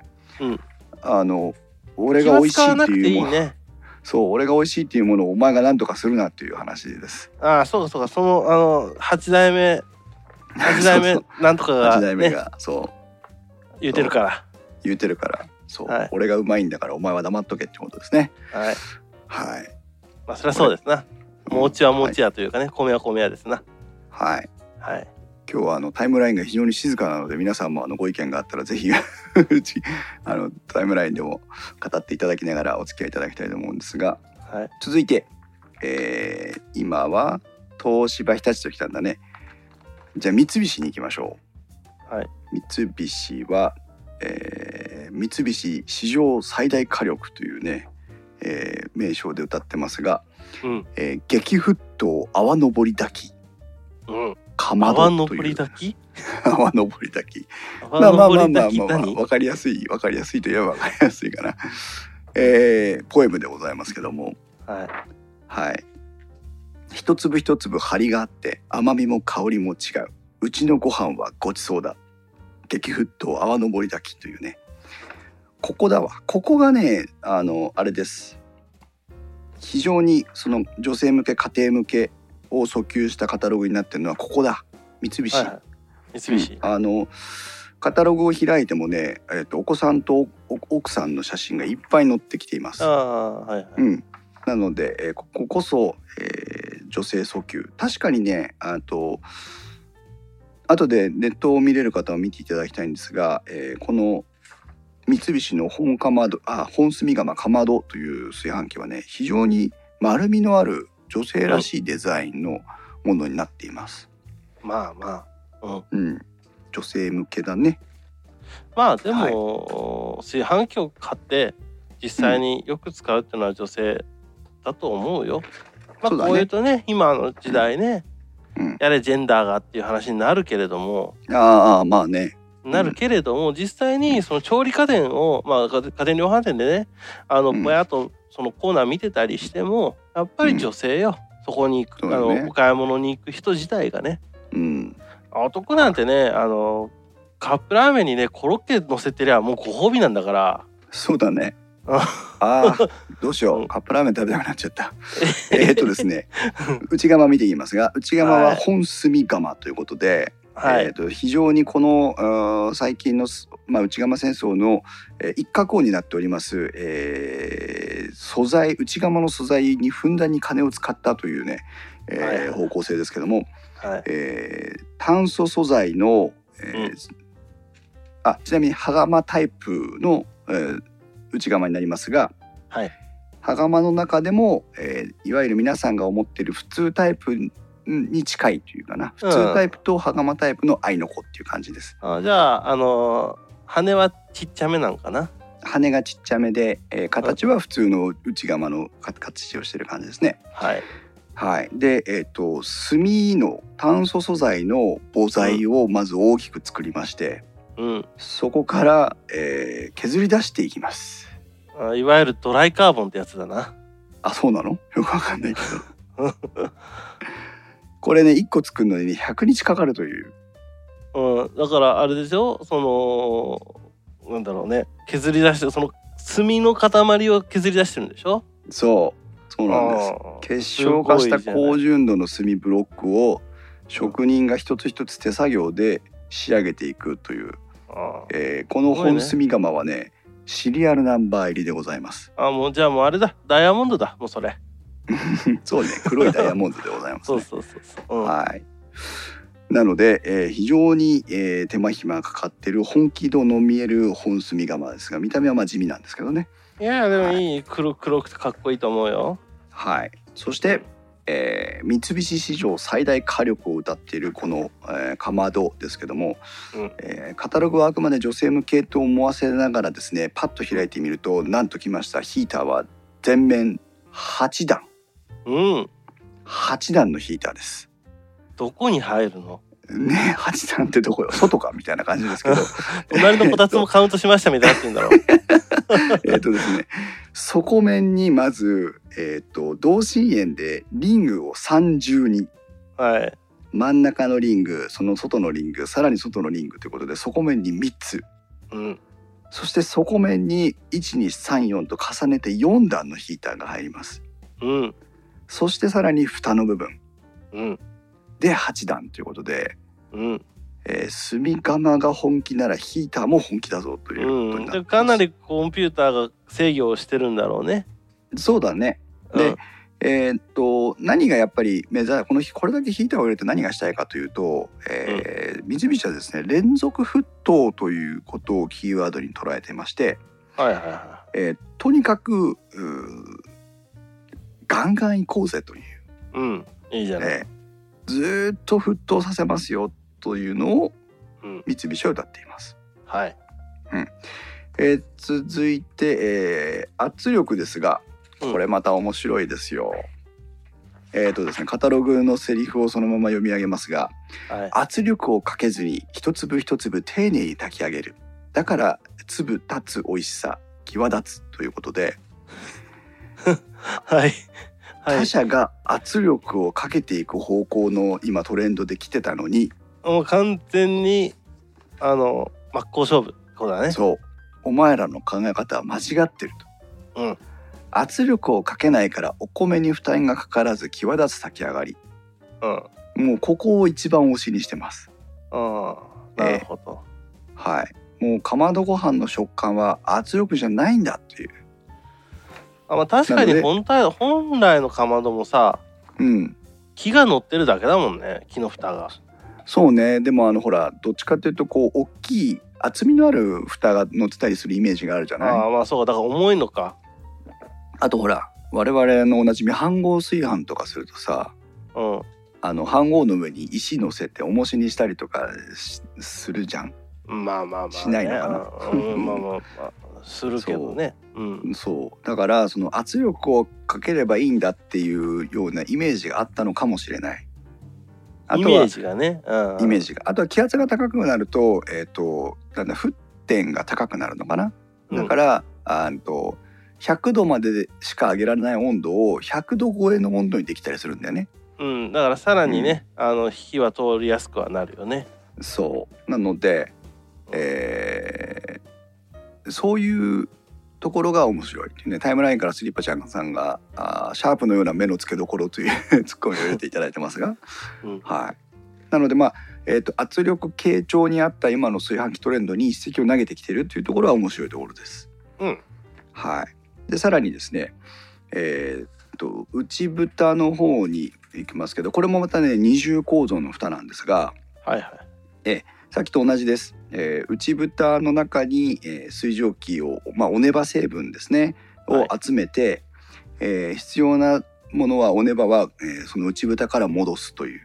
俺が美味しいっていうもの、そう俺が美味しいっていうものをお前が何とかするなっていう話です。 そうかその8代目なんとかが、ね、8代目がそう言うてるからそう、俺がうまいんだからお前は黙っとけってことですね。はい。 まあそりゃそうですな。餅は餅やというかね、米は米やですな。 はい。今日はタイムラインが非常に静かなので、皆さんもご意見があったらぜひタイムラインでも語っていただきながらお付き合いいただきたいと思うんですが、続いて、今は東芝日立ときたんだね。じゃあ三菱に行きましょう。三菱は、三菱史上最大火力というね、名称で歌ってますが、激沸騰泡登り炊き、かまどという泡登り炊きまあ分かりやすいといえば分かりやすいかな。ポエムでございますけども、一粒一粒張りがあって甘みも香りも違う、うちのご飯はごちそうだ、激沸騰泡登り炊きというね、ここがね、あれです。非常にその女性向け家庭向けを訴求したカタログになってるのはここだ、三菱。カタログを開いてもね、お子さんと奥さんの写真がいっぱい載ってきています。なので、こここそ、女性訴求。確かにね、後でネットを見れる方は見ていただきたいんですが、この三菱の本炭窯かまどという炊飯器はね、非常に丸みのある女性らしいデザインのものになっています。女性向けだね。まあでも、 炊飯器を買って実際によく使うっていうのは女性だと思うよ。こういうとね、今の時代ね、やれジェンダーがっていう話になるけれども、なるけれども、実際にその調理家電を、家電量販店でね、ぼやっとそのコーナー見てたりしても、やっぱり女性よ、そこに行く、お買い物に行く人自体がね、男なんてね、カップラーメンにねコロッケ乗せてりゃもうご褒美なんだから。 そうだね。どうしよう、カップラーメン食べたくなっちゃった。ですね、内釜見ていきますが、内釜は本炭釜ということで、非常にこの最近の、内釜戦争の一角を担っております、内釜の素材にふんだんに金を使ったというね、方向性ですけども、炭素素材の、ちなみに羽釜タイプの、内釜になりますが、羽釜の中でも、いわゆる皆さんが思っている普通タイプに近いというかな、普通タイプと羽釜タイプの合いの子っていう感じです。 じゃあ、羽はちっちゃめなんかな。 羽がちっちゃめで、形は普通の内釜の形をしている感じですね。で、炭の炭素素材の母材をまず大きく作りまして、そこから、削り出していきます。 いわゆるドライカーボンってやつだな。 そうなの？よくわかんないけどこれね、1個作るのに100日かかるというだからあれでしょ、なんだろうね、削り出してその炭の塊を削り出してるんでしょ。 そうなんです。結晶化した高純度の炭ブロックを職人が一つ一つ手作業で仕上げていくという、この本炭窯はねシリアルナンバー入りでございます。 もうじゃあもうあれだ、ダイヤモンドだもうそれ。 そうね、黒いダイヤモンドでございますね。 そう、 はい。なので、非常に、手間暇がかかってる本気度の見える本炭窯ですが、見た目はまあ地味なんですけどね。 いやでもいい、黒くてかっこいいと思うよ。 はい。そして、三菱史上最大火力を謳っているこの、かまどですけども、カタログはあくまで女性向けと思わせながらですね、パッと開いてみるとなんときました。ヒーターは全面8段。8段のヒーターです。 どこに入るのね、8段ってどこよ、外かみたいな感じですけど隣のこたつもカウントしましたみたいになってんだろうですね、底面にまず、同心円でリングを3重に、真ん中のリング、その外のリング、さらに外のリングということで底面に3つ、そして底面に1234と重ねて4段のヒーターが入ります。そしてさらに蓋の部分、で8段ということで、炭窯が本気ならヒーターも本気だぞということになってます。 かなりコンピューターが制御をしてるんだろうね。 そうだね。で、何がやっぱりこれだけヒーターを入れて何がしたいかというと、三菱はですね、連続沸騰ということをキーワードに捉えていまして、とにかくガンガン行こうぜという、 いいじゃない、 ずっと沸騰させますよというのを三菱は歌っています。続いて、圧力ですが、これまた面白いですよ。ですね、カタログのセリフをそのまま読み上げますが、圧力をかけずに一粒一粒丁寧に炊き上げる。だから粒立つ美味しさ際立つということで他社が圧力をかけていく方向の今トレンドで来てたのに、 もう完全に真っ向勝負。そうだね。 そう、お前らの考え方は間違ってると。圧力をかけないからお米に負担がかからず際立つ炊き上がり。もうここを一番推しにしてます。 なるほど。 もうかまどご飯の食感は圧力じゃないんだっていう。 確かに本来のかまどもさ、木が乗ってるだけだもんね、木の蓋が。 そうね。でもほら、どっちかっていうとこう大きい厚みのある蓋が乗ってたりするイメージがあるじゃない。 まあそうだから重いのか。 あとほら、我々のおなじみ飯盒炊飯とかするとさ、飯盒の上に石乗せて重しにしたりとかするじゃん。しないのかな。 するけどね。 そうだからその圧力をかければいいんだっていうようなイメージがあったのかもしれない。 イメージがね。 イメージが。あとは気圧が高くなると沸点が高くなるのかな。だから100度までしか上げられない温度を100度超えの温度にできたりするんだよね。 だからさらにね、火は通りやすくはなるよね。 そうなので、そういうところが面白いっていうね。タイムラインからスリッパちゃんさんがシャープのような目の付けどころというツッコミを入れていただいてますが、なので圧力傾聴にあった今の炊飯器トレンドに一石を投げてきているというところは面白いところです。でさらにですね、内蓋の方に行きますけど、これもまたね二重構造の蓋なんですが、さっきと同じです。内蓋の中に、水蒸気を、おねば成分ですねを集めて、必要なものはおねばは、その内蓋から戻すという、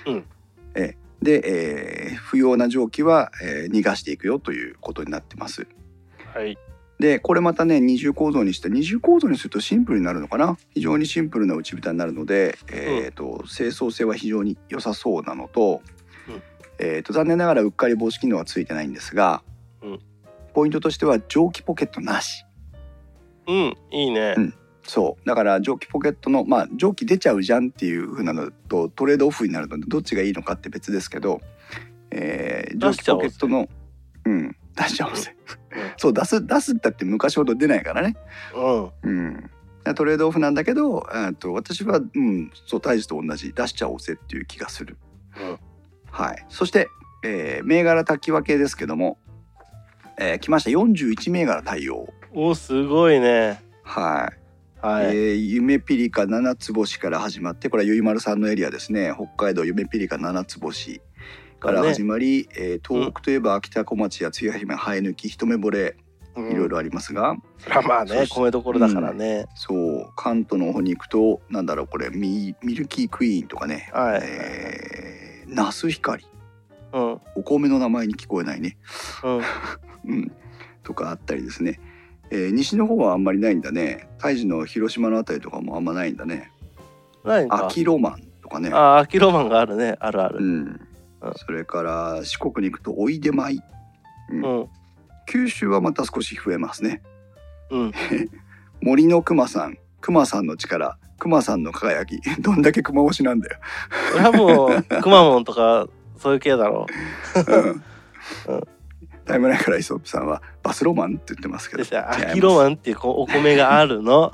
で、不要な蒸気は、逃がしていくよということになってます。でこれまたね二重構造にするとシンプルになるのかな。非常にシンプルな内蓋になるので、清掃性は非常に良さそうなのと、残念ながらうっかり防止機能はついてないんですが、ポイントとしては蒸気ポケットなし。 いいね。 そうだから蒸気ポケットの蒸気出ちゃうじゃんっていう風なのとトレードオフになるのでどっちがいいのかって別ですけど、 蒸気ポケットの出しちゃおうぜそう出すったって昔ほど出ないからね。トレードオフなんだけど私はそう大樹と同じ出しちゃおうぜっていう気がする。はい。そして、銘柄炊き分けですけども、来ました41銘柄対応。 おすごいね。 はい。夢ピリカ7つ星から始まって、これはゆいまるさんのエリアですね。北海道夢ピリカ7つ星から始まり、東北といえば秋田小町やつや姫生え抜き一目惚れいろいろありますが、 まあね米どころだからね。 そう関東の方に行くとなんだろうこれミルキークイーンとかね、ナスヒカリ、お米の名前に聞こえないね、とかあったりですね。西の方はあんまりないんだね。大樹の広島のあたりとかもあんまないんだね。秋ロマンとかね。 秋ロマンがあるね。あるある。 それから四国に行くとおいでまい。九州はまた少し増えますね。森の熊さんの力、熊さんの輝き、どんだけ熊推しなんだよ。 これはもうくまモンとかそういう系だろう。 タイムラインからイソップさんはバスロマンって言ってますけど、 秋ロマンっていうお米があるの。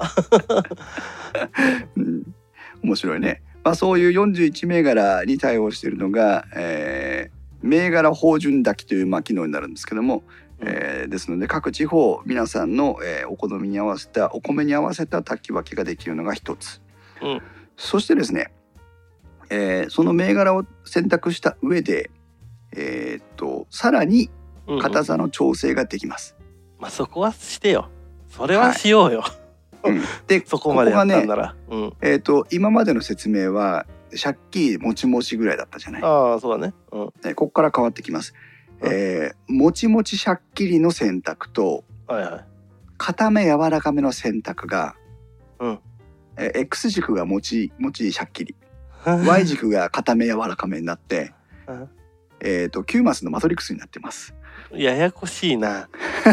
面白いね。そういう41銘柄に対応しているのが、銘柄芳醇炊きという機能になるんですけども、ですので各地方皆さんの、お好みに合わせたお米に合わせた炊き分けができるのが一つ、そしてですね、その銘柄を選択した上で、さらに硬さの調整ができます。 そこはしてよ。それはしようよ。 でそこまでやったんなら。 今までの説明はシャッキリもちもちぐらいだったじゃない。 そうだね。 ここから変わってきます。もちもちシャッキリの選択と、固め柔らかめの選択が、X 軸がもちもちシャッキリY 軸が固め柔らかめになって9マスのマトリックスになってます。 ややこしいな。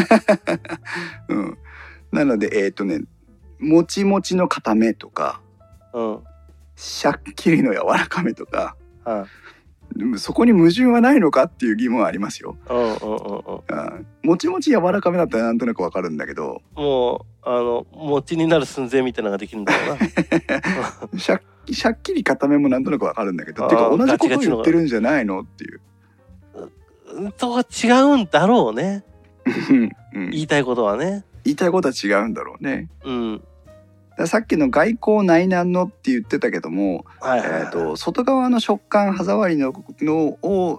なのでもちもちの固めとか、シャッキリの柔らかめとか、そこに矛盾はないのかっていう疑問はありますよ。もちもち柔らかめだったらなんとなくわかるんだけど、 もう餅になる寸前みたいなのができるんだろうな。 シャッキリ固めもなんとなくわかるんだけど、てか同じことを言ってるんじゃないのっていう。 と違うんだろうね。言いたいことはね。 言いたいことは違うんだろうね。さっきの外交内難のって言ってたけども、外側の食感歯触りのを、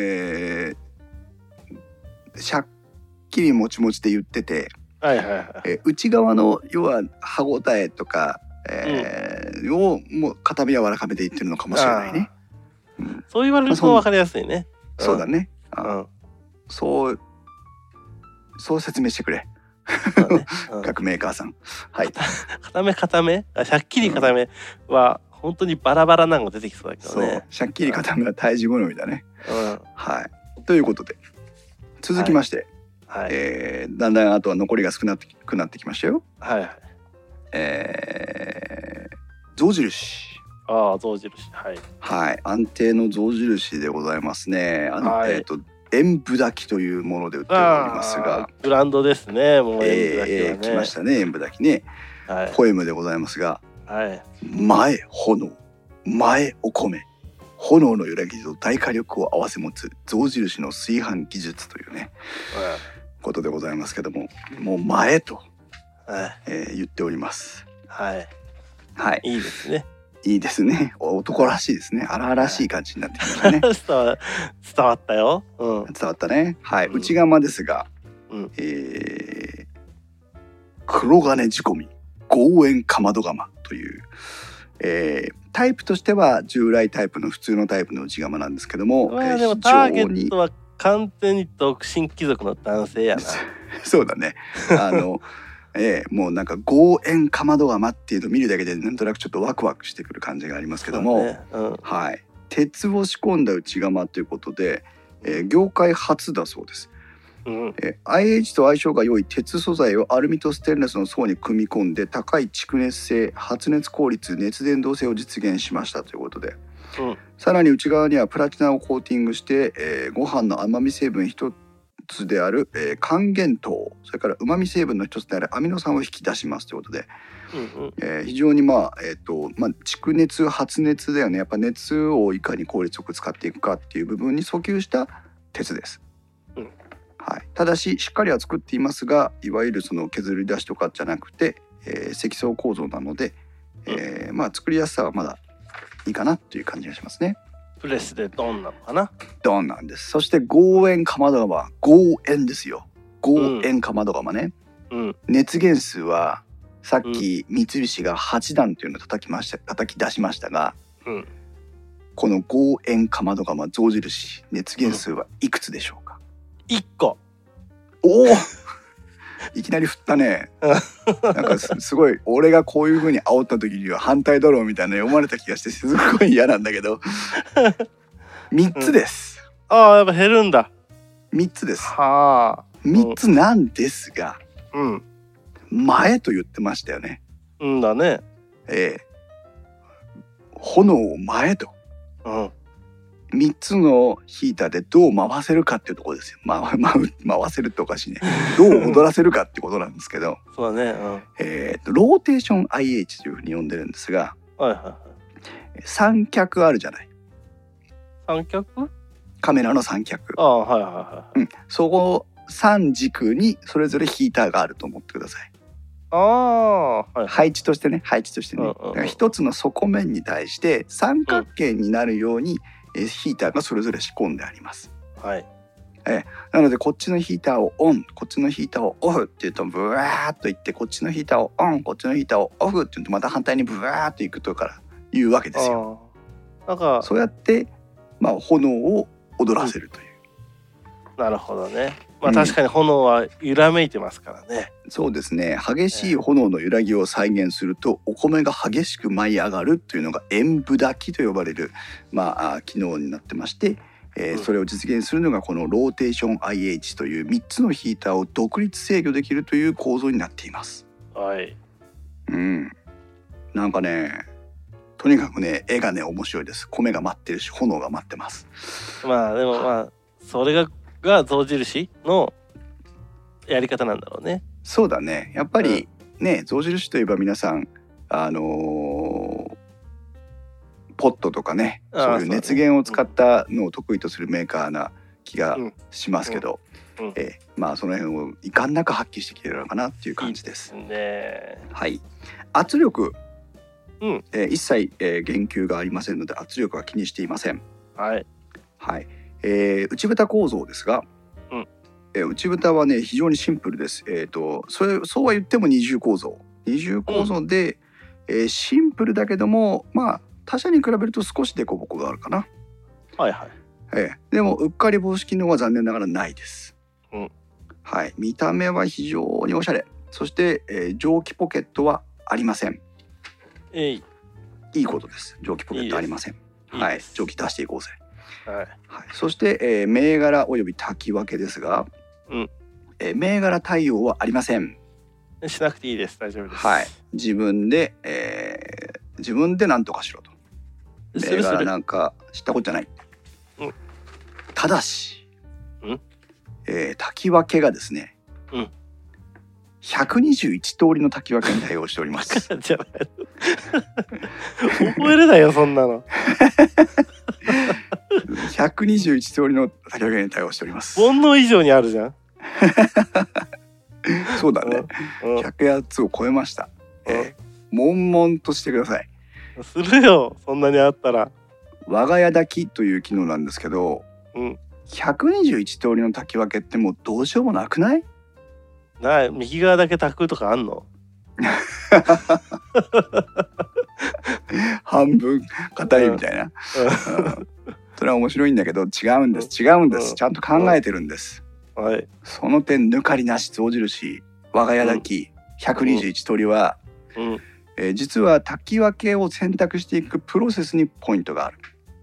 シャッキリもちもちで言ってて、内側の要は歯ごたえとか、をもう固め柔らかめで言ってるのかもしれないね。 そう言われると分かりやすいね。 そうだね。そう説明してくれ。各メーカーさん。 固めシャッキリ固めは本当にバラバラなのが出てきそうだけどね。 シャッキリ固めは胎児好みだね。ということで続きまして、だんだんあとは残りが少なくなってきましたよ。象印。 象印。 安定の象印でございますね。塩分炊きというもので売っておりますが、 ブランドですね。もう塩分炊きはね、 来ましたね。塩分炊きね、ポエムでございますが、前炎、前お米、炎の揺らぎと大火力を合わせ持つ象印の炊飯技術というね、ことでございますけども、もう前と、言っております。 いいですね。 いいですね。男らしいですね。荒々しい感じになってきましたね。 伝わったよ。 伝わったね。内釜ですが、黒金仕込み豪縁かまど釜という、タイプとしては従来タイプの普通のタイプの内釜なんですけども、 でもターゲットは完全に独身貴族の男性やな。 そうだね。もうなんか豪縁かまど釜っていうのを見るだけでなんとなくちょっとワクワクしてくる感じがありますけども、鉄を仕込んだ内釜ということで、業界初だそうです。IH と相性が良い鉄素材をアルミとステンレスの層に組み込んで高い蓄熱性、発熱効率、熱伝導性を実現しましたということで、 さらに内側にはプラチナをコーティングして、ご飯の甘み成分一つである、還元糖、それから旨味成分の一つであるアミノ酸を引き出しますということで、非常に蓄熱発熱だよね。やっぱ熱をいかに効率よく使っていくかっていう部分に訴求した鉄です。はい、ただしっかりは作っていますが、いわゆるその削り出しとかじゃなくて、積層構造なので、作りやすさはまだいいかなという感じがしますね。 プレスでドンなのかな。 ドンなんです。そして合塩かまど窯、合塩ですよ。合塩かまど窯ね、熱源数はさっき三菱が8段というのを叩き出しましたが、この合塩かまど窯象印熱源数はいくつでしょうか。 1個。 おおいきなり振ったね。なんかすごい俺がこういう風に煽った時には反対だろうみたいな読まれた気がしてすごい嫌なんだけど3つです。 ああ、やっぱ減るんだ。 3つです。 はあ。 3つなんですが、前と言ってましたよね。 だね。 炎を前と。3つのヒーターでどう回せるかっていうところですよ。回せるっておかしいね。どう踊らせるかってことなんですけどそうだね、 ローテーション IH というふうに呼んでるんですが、三脚あるじゃない。 三脚？ カメラの三脚。そこ3軸にそれぞれヒーターがあると思ってください。配置としてね。だから一つの底面に対して三角形になるように、ヒーターがそれぞれ仕込んであります。なのでこっちのヒーターをオン、こっちのヒーターをオフっていうとブワーっといって、こっちのヒーターをオン、こっちのヒーターをオフっていうとまた反対にブワーっといくとからいうわけですよ。なんかそうやって、炎を踊らせるという。 なるほどね。確かに炎は揺らめいてますからね。 そうですね。激しい炎の揺らぎを再現するとお米が激しく舞い上がるというのが演武炊きと呼ばれる機能になってまして、それを実現するのがこのローテーション IH という3つのヒーターを独立制御できるという構造になっています。なんかね、とにかくね、絵がね面白いです。米が舞ってるし炎が舞ってます。 でもそれが象印のやり方なんだろうね。 そうだね。やっぱりね、象印といえば皆さんポットとかね、そういう熱源を使ったのを得意とするメーカーな気がしますけど、その辺を遺憾なく発揮してきてるのかなっていう感じです。はい。圧力、一切、言及がありませんので圧力は気にしていません。内蓋構造ですが、内蓋はね非常にシンプルです。そうは言っても二重構造で、シンプルだけども他社に比べると少し凸凹があるかな。でもうっかり防止機能は残念ながらないです。見た目は非常におしゃれ。そして、蒸気ポケットはありません。いいことです。蒸気ポケットありません。蒸気出していこうぜ。そして、銘柄および炊き分けですが、銘柄対応はありません。 しなくていいです。大丈夫です。 自分で何とかしろと。銘柄なんか知ったことじゃない。ただし、炊き分けがですね、121通りの炊き分けに対応しております。 覚えれないよそんなの。 121通りの炊き分けに対応しております。 煩悩以上にあるじゃん。 そうだね。100つを超えました。悶々としてください。 するよ、そんなにあったら。 我が家炊きという機能なんですけど、121通りの炊き分けってもうどうしようもなくない？ 右側だけ炊くとかあんの？ 半分硬いみたいな。それは面白いんだけど違うんです。ちゃんと考えてるんです。その点抜かりなし象印我が家炊き121通りは、実は炊き分けを選択していくプロセスにポイントがある。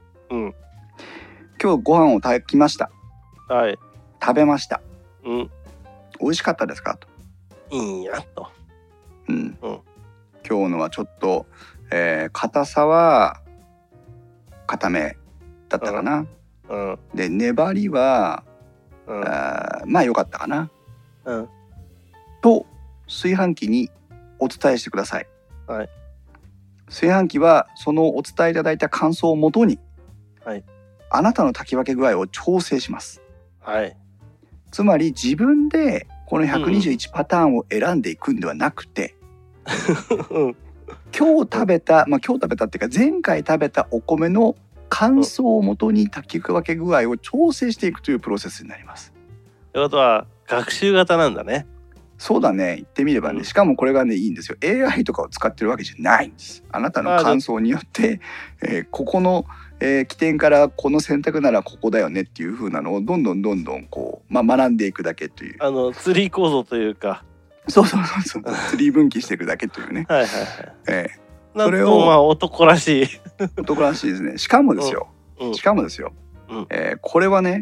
今日ご飯を炊きました。食べました。美味しかったですかと。 いいやと。 今日のはちょっと硬さは固めだったかな、 うんうん、 で粘りは、 うん、 まあ良かったかな、 うん、 と炊飯器にお伝えしてください。 はい、 炊飯器はそのお伝えいただいた感想をもとに、 はい、 あなたの炊き分け具合を調整します。 はい、 つまり自分でこの121パターンを選んでいくんではなくて、 うん、 今日食べたっていうか前回食べたお米の感想をもとに炊き分け具合を調整していくというプロセスになります。 ということは学習型なんだね。 そうだね、言ってみればね、しかもこれがねいいんですよ。 AI とかを使ってるわけじゃないんです。あなたの感想によって、ここの、起点からこの選択ならここだよねっていう風なのをどんどんこう、学んでいくだけという、 ツリー構造というか、 そうツリー分岐していくだけというねはいはいはい、 それをまあ男らしい男らしいですね。しかもですよ、 うん、 これはね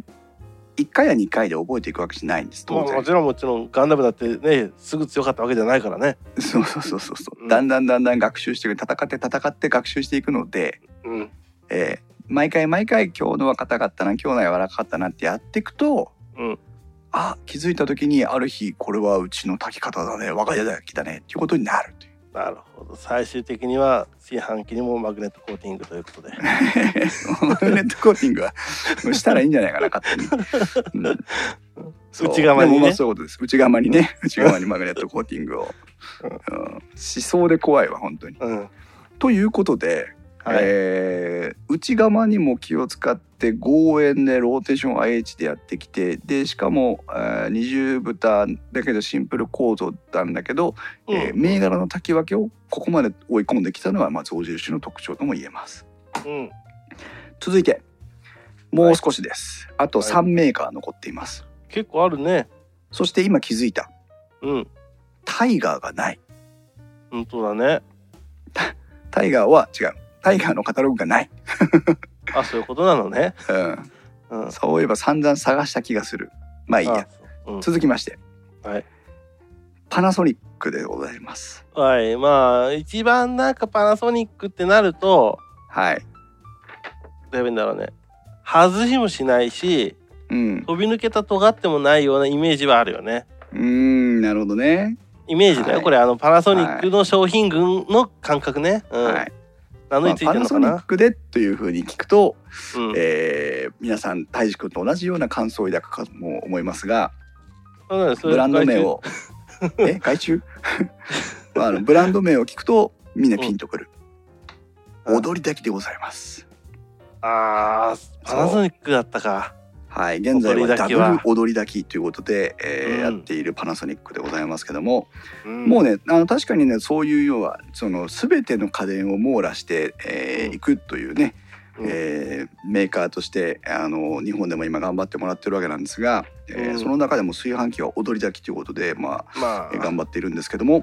1回や2回で覚えていくわけじゃないんです。当然、 もちろんガンダムだってねすぐ強かったわけじゃないからね。 そう、だんだん学習していく、戦って学習していくので、毎回今日のは硬かったな、今日のは柔らかかったなってやっていくと、気づいた時にある日これはうちの炊き方だね、我が家だきだねっていうことになるという。 なるほど。最終的には炊飯器にもマグネットコーティングということでマグネットコーティングはしたらいいんじゃないかな、勝手に、 内側にね。 そういうことです。内側にマグネットコーティングを、しそうで怖いわ本当に、ということで、内側にも気を使って合円でローテーション IH でやってきて、でしかも、二重蓋だけどシンプル構造なんだけど、銘柄の炊き分けをここまで追い込んできたのは象印の特徴とも言えます。続いてもう少しです。あと3メーカー残っています。 結構あるね。 そして今気づいた、タイガーがない。 本当だね。 タイガーは違う。タイガーのカタログがないそういうことなのね。 そういえば散々探した気がする。まあいいや、続きまして、パナソニックでございます。 まあ一番なんかパナソニックってなると、どう言えばいいんだろうね、外しもしないし、飛び抜けた尖ってもないようなイメージはあるよね。 なるほどね。 イメージだよ、これパナソニックの商品群の感覚ね。何についてるのかな。パナソニックでという風に聞くと、皆さん泰治君と同じような感想を抱くかも思いますが、ブランド名を外注ブランド名を聞くとみんなピンとくる、踊り炊きでございます。パナソニックだったか。現在はダブル踊り炊きということで、やっているパナソニックでございますけども、もうね確かにね、そういう要はその全ての家電を網羅していくというね、メーカーとして日本でも今頑張ってもらってるわけなんですが、その中でも炊飯器は踊り炊きということで頑張っているんですけども、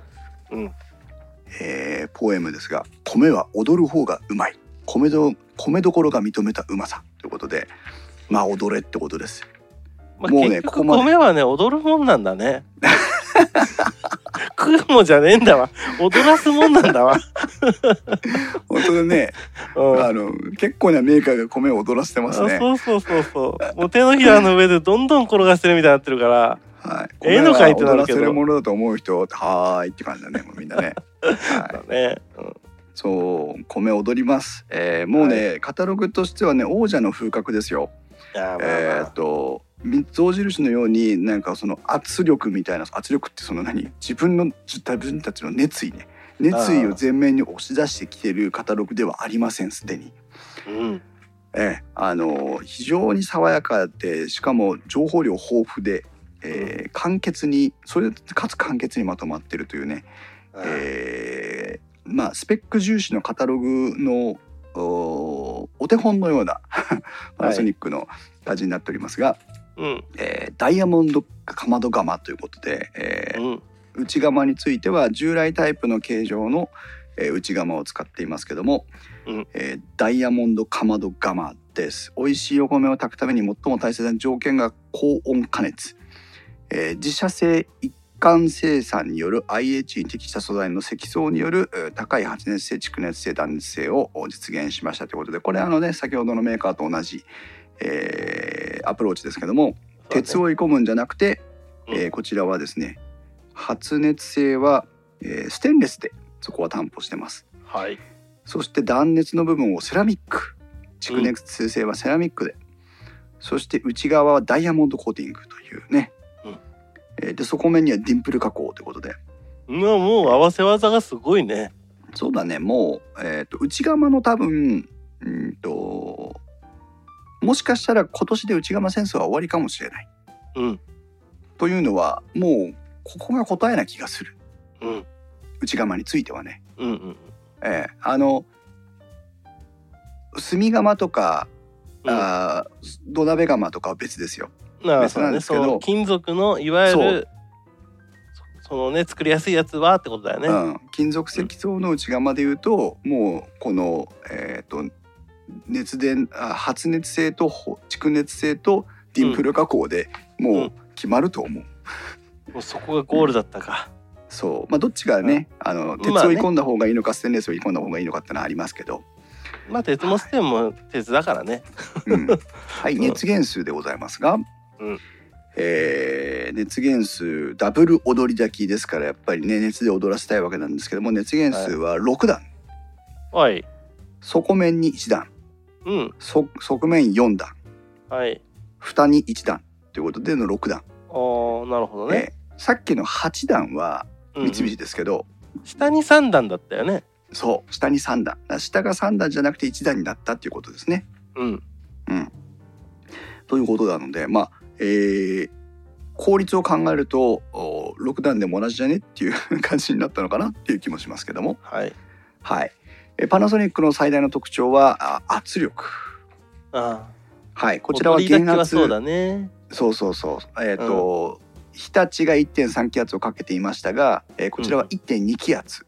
ポエムですが、米は踊る方がうまい、米どころが認めたうまさということで、踊れってことです。 もうね、ここまで米はね踊るもんなんだね食うもんじゃねえんだわ、踊らすもんなんだわ本当だね、結構なメーカーが米を踊らせてますね。 そうもう手のひらの上でどんどん転がしてるみたいになってるから、 ええのかいってなるけど、踊らせるものだと思う人はーいって感じだね、もうみんなねそう、米踊ります。もうね、カタログとしてはね王者の風格ですよ。象印のようになんかその圧力みたいな、圧力ってその自分たちの熱意を前面に押し出してきてるカタログではありません、すでに。非常に爽やかで、しかも情報量豊富で、簡潔にかつ簡潔にまとまってるというね、スペック重視のカタログのお手本のようなパナソニックの感じになっておりますが、ダイヤモンドかまど釜ということで、内釜については従来タイプの形状の、内釜を使っていますけども、ダイヤモンドかまど釜です。美味しいお米を炊くために最も大切な条件が高温加熱、自社製1 貫生産による IH に適した素材の積層による高い発熱性、蓄熱性、断熱性を実現しましたということで、これ先ほどのメーカーと同じ、アプローチですけども、鉄を追い込むんじゃなくて、こちらはですね、発熱性は、ステンレスでそこは担保してます。 はい。 そして断熱の部分をセラミック、蓄熱性はセラミックで、そして内側はダイヤモンドコーティングというね、で底面にはディンプル加工ということで、 もう合わせ技がすごいね。 そうだね。もう、内側の多分もしかしたら今年で内側戦争は終わりかもしれない、というのはもうここが答えな気がする、内側についてはね。炭窯とか、土鍋窯とかは別ですよ。別なんですけど、 金属のいわゆるそのね、作りやすいやつはってことだよね。 金属積層の内窯でいうと、もうこの、発熱性と蓄熱性とディンプル加工でもう決まると思う。 もうそこがゴールだったか。 そう、どっちがね、鉄を追い込んだ方がいいのか、ステンレスを追い込んだ方がいいのかってのはありますけど、 鉄もステンも鉄だからね。 はい、熱源数でございますが、熱源数ダブル踊り炊きですから、やっぱりね、熱で踊らせたいわけなんですけども、熱源数は6段、 はい、 底面に1段、側面4段、 はい、 蓋に1段ということでの6段。 なるほどね。 さっきの8段は三菱ですけど、 下に3段だったよね。 そう、下に3段、下が3段じゃなくて1段になったっていうことですね。ということなので、効率を考えると6段でも同じじゃねっていう感じになったのかなっていう気もしますけども、パナソニックの最大の特徴は圧力。こちらは減圧。 そうだね。 そう。日立が 1.3 気圧をかけていましたが、こちらは 1.2 気圧。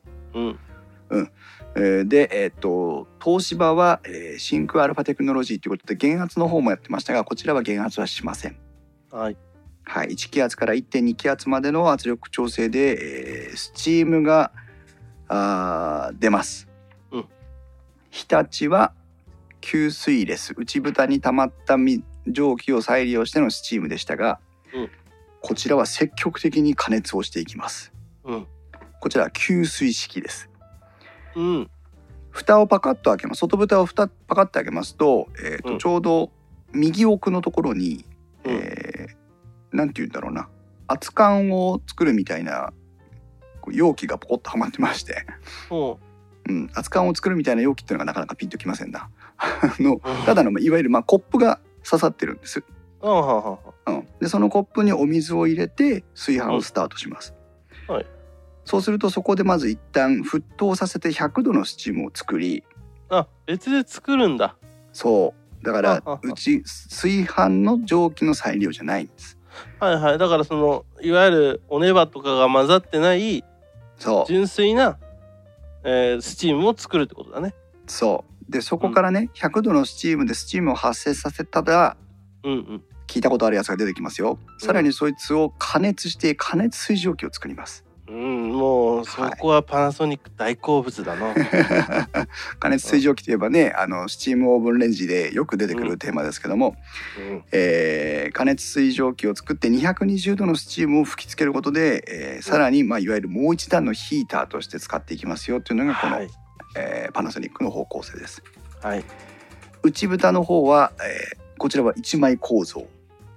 で、東芝は、真空アルファテクノロジーということで減圧の方もやってましたが、こちらは減圧はしません。1気圧から 1.2 気圧までの圧力調整で、スチームが出ます。日立は吸水レス、内蓋に溜まった蒸気を再利用してのスチームでしたが、こちらは積極的に加熱をしていきます。こちらは吸水式です。蓋をパカッと開けます。外蓋をパカッと開けますと、ちょうど右奥のところに、なんていうんだろうな、熱燗を作るみたいな容器がポコッとはまってまして、熱燗を作るみたいな容器っていうのがなかなかピンときませんな。ただのいわゆるコップが刺さってるんです。でそのコップにお水を入れて炊飯をスタートします。そうするとそこでまず一旦沸騰させて100度のスチームを作り、 別で作るんだ。 そうだから炊飯の蒸気の再利用じゃないんです。 だからそのいわゆるおねばとかが混ざってない純粋な、スチームを作るってことだね。 そうで、そこからね、100度のスチームでスチームを発生させたら、聞いたことあるやつが出てきますよ。さらにそいつを加熱して加熱水蒸気を作ります。 もうそこはパナソニック大好物だな。 加熱水蒸気といえばね、スチームオーブンレンジでよく出てくるテーマですけども、加熱水蒸気を作って220度のスチームを吹きつけることで、さらに、いわゆるもう一段のヒーターとして使っていきますよというのがこの、パナソニックの方向性です。内蓋の方は、こちらは一枚構造。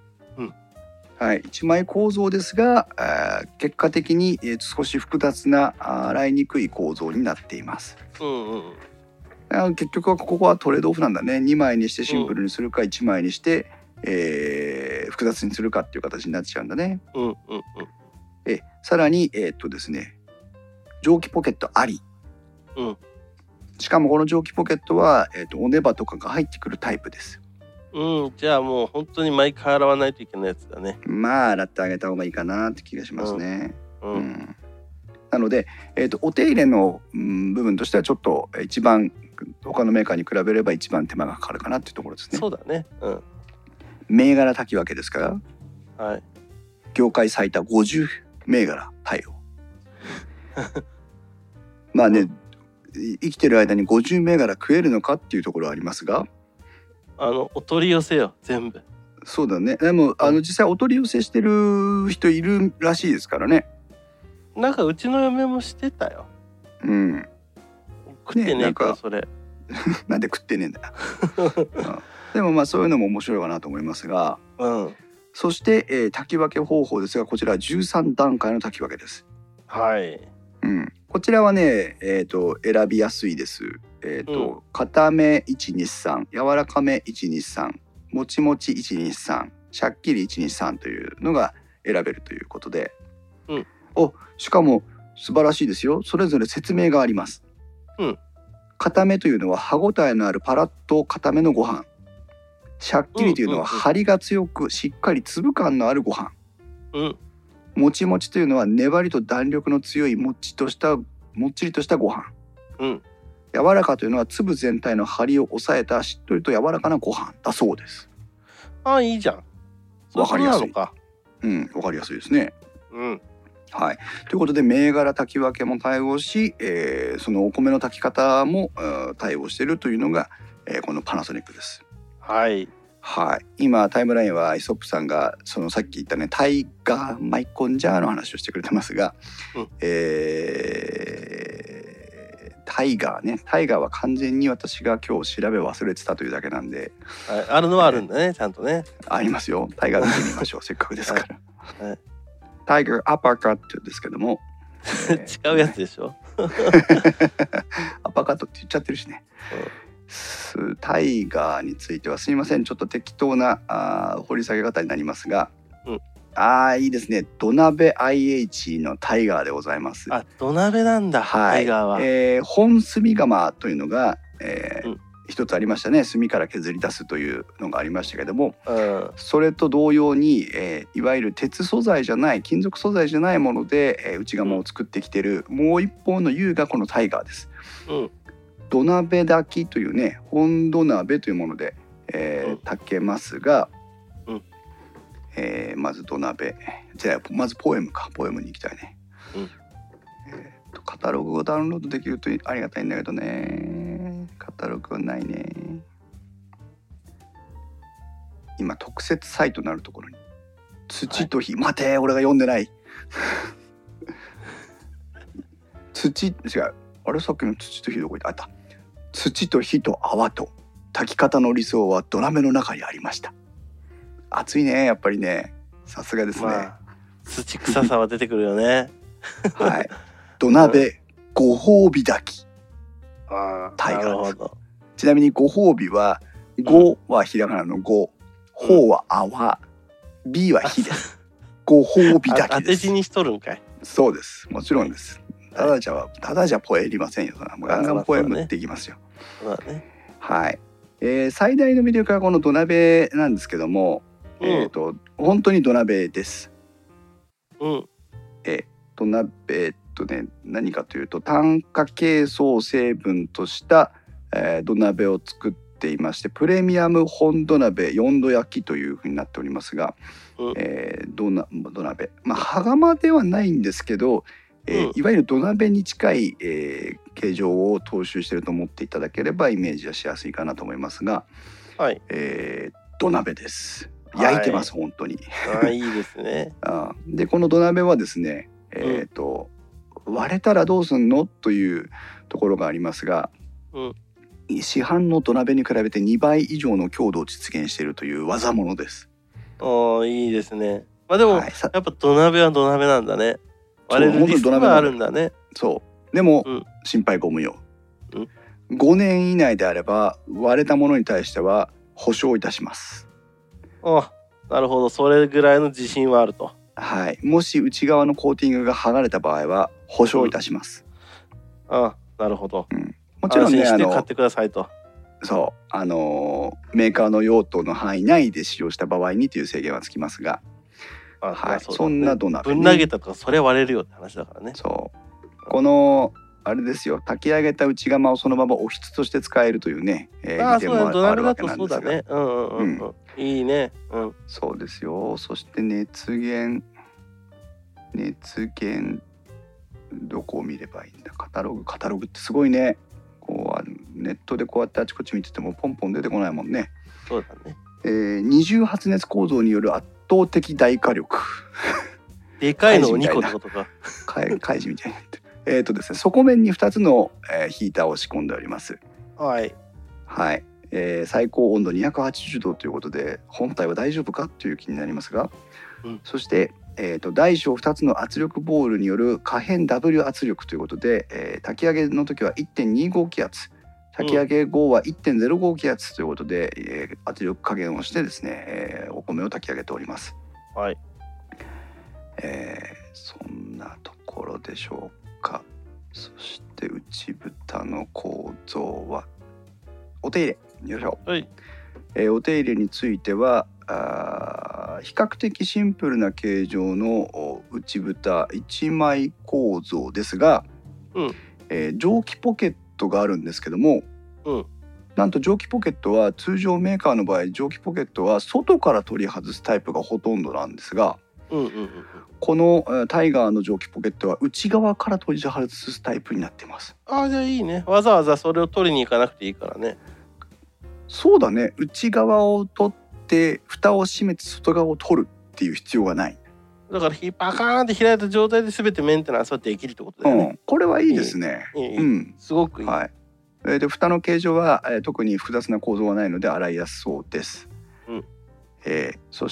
一枚構造ですが、結果的に少し複雑な洗いにくい構造になっています。結局はここはトレードオフなんだね。2枚にしてシンプルにするか、1枚にして、複雑にするかっていう形になっちゃうんだね。さらにですね、蒸気ポケットあり。しかもこの蒸気ポケットは、おねばとかが入ってくるタイプです。 じゃあもう本当に毎回洗わないといけないやつだね。 洗ってあげた方がいいかなって気がしますね。なので、お手入れの部分としてはちょっと一番他のメーカーに比べれば一番手間がかかるかなっていうところですね。 そうだね。銘柄炊き分けですから、業界最多50 銘柄タイをまあね、生きてる間に50銘柄食えるのかっていうところはありますが、 お取り寄せよ全部。 そうだね。でも実際お取り寄せしてる人いるらしいですからね。 なんかうちの嫁もしてたよ。 うん。 食ってねえからそれ。 なんで食ってねえんだよ、でもまあそういうのも面白いかなと思いますが、そして、炊き分け方法ですが、こちらは13段階の炊き分けです。 はい。 こちらはね、選びやすいです。固め123、柔らかめ123、もちもち123、しゃっきり123というのが選べるということで、しかも素晴らしいですよ。それぞれ説明があります。固めというのは歯ごたえのあるパラッと固めのご飯。しゃっきりというのは張りが強くしっかり粒感のあるご飯。もちもちというのは粘りと弾力の強いもっちりとしたご飯。柔らかというのは粒全体の張りを抑えたしっとりと柔らかなご飯だそうです。 いいじゃん。 わかりやすい。わかりやすいですね。はい、ということで銘柄炊き分けも対応し、そのお米の炊き方も対応しているというのが、このパナソニックです。はい、今タイムラインはイソップさんがそのさっき言ったねタイガーマイコンジャーの話をしてくれてますが、タイガーは完全に私が今日調べ忘れてたというだけなんで、 あるのはあるんだね、ちゃんとね。ありますよ。タイガー見てみましょうせっかくですから。タイガーアパーカットですけども、 違うやつでしょアパーカットって言っちゃってるしね。タイガーについてはすみません、ちょっと適当な掘り下げ方になりますが、いいですね。土鍋 IH のタイガーでございます。 土鍋なんだ、タイガーは。 本炭窯というのが、一つありましたね。炭から削り出すというのがありましたけども、それと同様に、いわゆる鉄素材じゃない金属素材じゃないもので、内窯を作ってきてるもう一方の優がこのタイガーです。土鍋炊きというね、本土鍋というもので、炊けますが、まず土鍋、じゃあまずポエムに行きたいね。カタログをダウンロードできるとありがたいんだけどね、カタログはないね。今特設サイトになるところに土と火、待て、俺が読んでない土違う、あれさっきの土と火どこ行った。あった。土と火と泡と炊き方の理想は土鍋の中にありました。熱いね、やっぱりね、さすがですね。 土臭さは出てくるよねはい、土鍋ご褒美炊きタイガーです。ちなみにご褒美はごはひらがなのご、ほうは泡、美は火です。ご褒美炊きです。当て字にしとるんかい。 そうです、もちろんです。ただじゃポエりませんよ。ガンガンポエムっていきますよ。はい、最大の魅力はこの土鍋なんですけども、本当に土鍋です。土鍋何かというと炭化ケイ素を成分とした、土鍋を作っていまして、プレミアム本土鍋4度焼きというふうになっておりますが、土鍋、羽釜ではないんですけど、いわゆる土鍋に近い、形状を踏襲していると思っていただければイメージはしやすいかなと思いますが、土鍋です。焼いてます、本当に。 いいですね。 でこの土鍋はですね、割れたらどうすんのというところがありますが、市販の土鍋に比べて2倍以上の強度を実現しているという技物です。 いいですね。でも、やっぱ土鍋は土鍋なんだね。割れるリスクがあるんだね。 そうでも、心配ご無用。5年以内であれば割れたものに対しては保証いたします。 なるほど、それぐらいの自信はあると。 はい、もし内側のコーティングが剥がれた場合は保証いたします。 なるほど。 もちろんね、 安心して買ってくださいと。 そうメーカーの用途の範囲内で使用した場合にという制限はつきますが、そんな土鍋、 ぶん投げたとかそれ割れるよって話だからね。 このあれですよ、炊き上げた内釜をそのままおひつとして使えるというね、利点もあるわけなんですが、 いいね。 そうですよ。そして熱源、 熱源どこを見ればいいんだ。カタログってすごいね。こうネットでこうやってあちこち見ててもポンポン出てこないもんね。 そうだね。 二重発熱構造による圧倒的大火力でかいのを2個ってことか。 開示みたいになってる。ですね、底面に2つの、ヒーターを仕込んでおります。 はいはい。最高温度280度ということで本体は大丈夫かという気になりますが、そして、大小2つの圧力ボールによる可変 W 圧力ということで、炊き上げの時は 1.25 気圧、炊き上げ後は 1.05 気圧ということで、圧力加減をしてですね、お米を炊き上げております。 はい。 そんなところでしょうか。そして内蓋の構造はお手入れよいしょ、 はい。 お手入れについては比較的シンプルな形状の内蓋1枚構造ですが、蒸気ポケットがあるんですけども、なんと蒸気ポケットは通常メーカーの場合蒸気ポケットは外から取り外すタイプがほとんどなんですが、このタイガーの蒸気ポケットは内側から取り外すタイプになっています。 じゃあいいね。わざわざそれを取りに行かなくていいからね。 そうだね。内側を取って蓋を閉めて外側を取るっていう必要がない。 だからパカーンって開いた状態で全てメンテナンスはできるってことだよね。 これはいいですね。 すごくいい。 はい。で蓋の形状は、特に複雑な構造はないので洗いやすそうです。そして、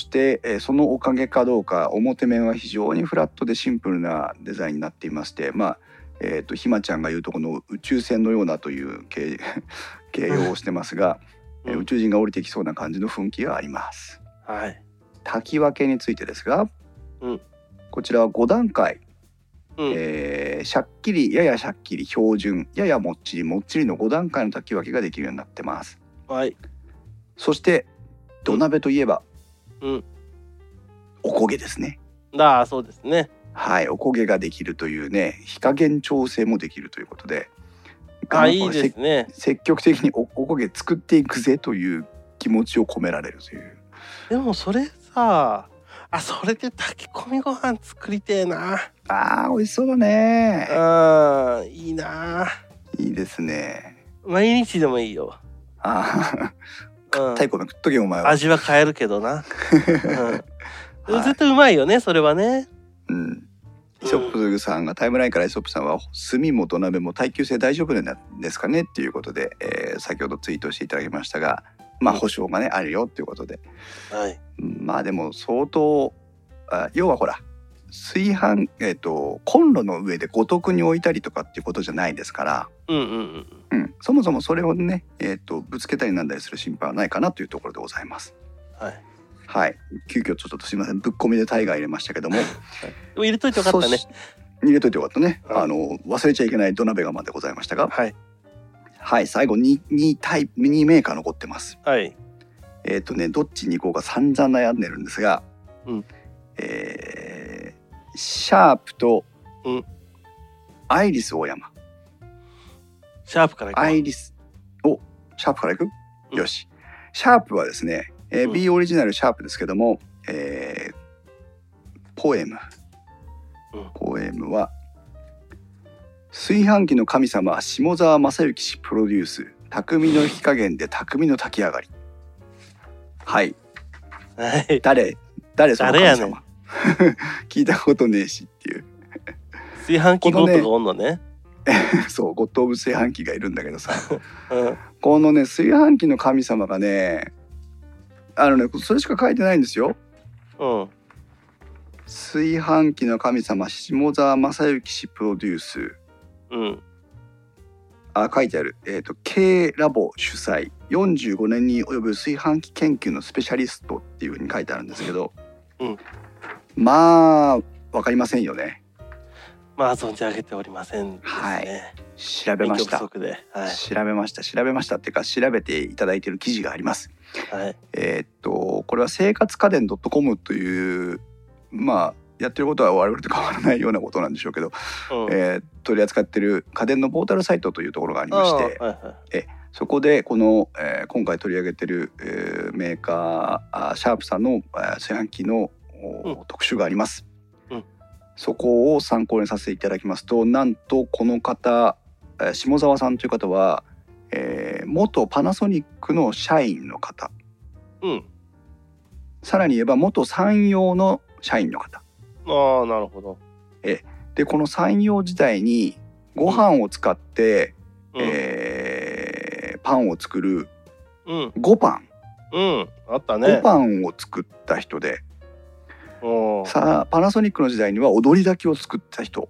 そのおかげかどうか表面は非常にフラットでシンプルなデザインになっていまして、ひまちゃんが言うとこの宇宙船のようなという形容をしてますが、宇宙人が降りてきそうな感じの雰囲気があります。 はい。 炊き分けについてですが、こちらは5段階、シャッキリややシャッキリ標準ややもっちりもっちりの5段階の炊き分けができるようになってます。 はい。 そして土鍋といえば、おこげですね。 そうですね。 はい、おこげができるというね、火加減調整もできるということで、 いいですね。 積極的におこげ作っていくぜという気持ちを込められるという。 でもそれさ、それで炊き込みご飯作りてえな。 美味しそうだね。 いいな。 いいですね。 毎日でもいいよ。 太鼓食っとけお前は。 味は変えるけどな。絶対うまいよね、それはね。 イソップさんがタイムラインからイソップさんは炭も土鍋も耐久性大丈夫なんですかねっていうことで、先ほどツイートしていただきましたが、保証がねあるよっていうことで、でも相当要はほら炊飯コンロの上で五徳に置いたりとかっていうことじゃないですから、そもそもそれをね、ぶつけたりなんだりする心配はないかなというところでございます。はい、急遽ちょっとすいません、ぶっ込みでタイガー入れましたけども、 入れといてよかったね。 入れといてよかったね。忘れちゃいけない土鍋釜でございましたが、最後2メーカー残ってます。どっちに行こうか散々悩んでるんですが、シャープとアイリスオーヤマ。 シャープからいく。 アイリスシャープからいく？よし。シャープはですね、B オリジナルシャープですけども、ポエムは炊飯器の神様下澤正幸氏プロデュース、匠の火加減で匠の炊き上がり。誰その神様聞いたことねえしっていう。 炊飯器ゴッドがおんのね。 そう、ゴッドオブ炊飯器がいるんだけどさ、このね炊飯器の神様がね、それしか書いてないんですよ。炊飯器の神様下澤正幸氏プロデュース。書いてある。K ラボ主催45年に及ぶ炊飯器研究のスペシャリストっていう風に書いてあるんですけど、わかりませんよね。 存じ上げておりませんですね。 調べました。調べましたっていうか調べていただいている記事があります。これは生活家電 .com というやってることは我々と変わらないようなことなんでしょうけど、取り扱ってる家電のポータルサイトというところがありまして、そこでこの、今回取り上げてる、メーカーシャープさんの炊飯器の特集があります。 そこを参考にさせていただきますと、なんとこの方、下沢さんという方は、元パナソニックの社員の方、さらに言えば元山陽の社員の方。 ああ、なるほど。 でこの山陽時代にご飯を使って、パンを作る5パン、 あったね。 5パンを作った人で、さあパナソニックの時代には踊り炊きを作った人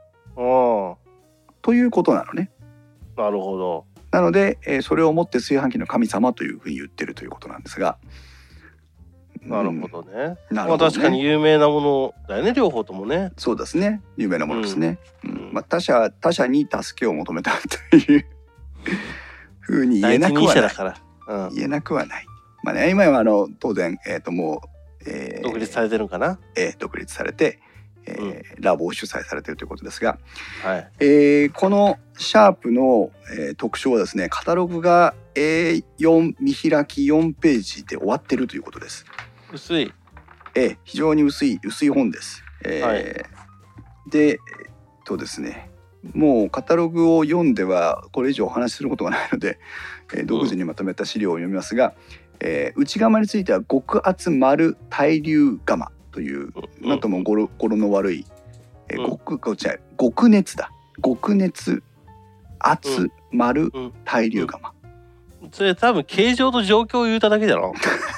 ということなのね。 なるほど。 なので、それをもって炊飯器の神様というふうに言ってるということなんですが。 なるほどね。まあ確かに有名なものだよね、両方ともね。 そうですね、有名なものですね。まあ他者に助けを求めたというふうに言えなくはない。言えなくはない。まあね、今は当然もう、 独立されてるのかな。 独立されて、ラボを主催されているということですが、このシャープの、特徴はですね、カタログが A4 見開き4ページで終わってるということです。 薄い。 非常に薄い本です。でですね、もうカタログを読んではこれ以上お話しすることがないので、独自にまとめた資料を読みますが、内釜については極圧丸対流釜という、なんとも語呂の悪い、極熱だ。極熱圧丸対流釜。 それ多分形状と状況を言うただけだろ。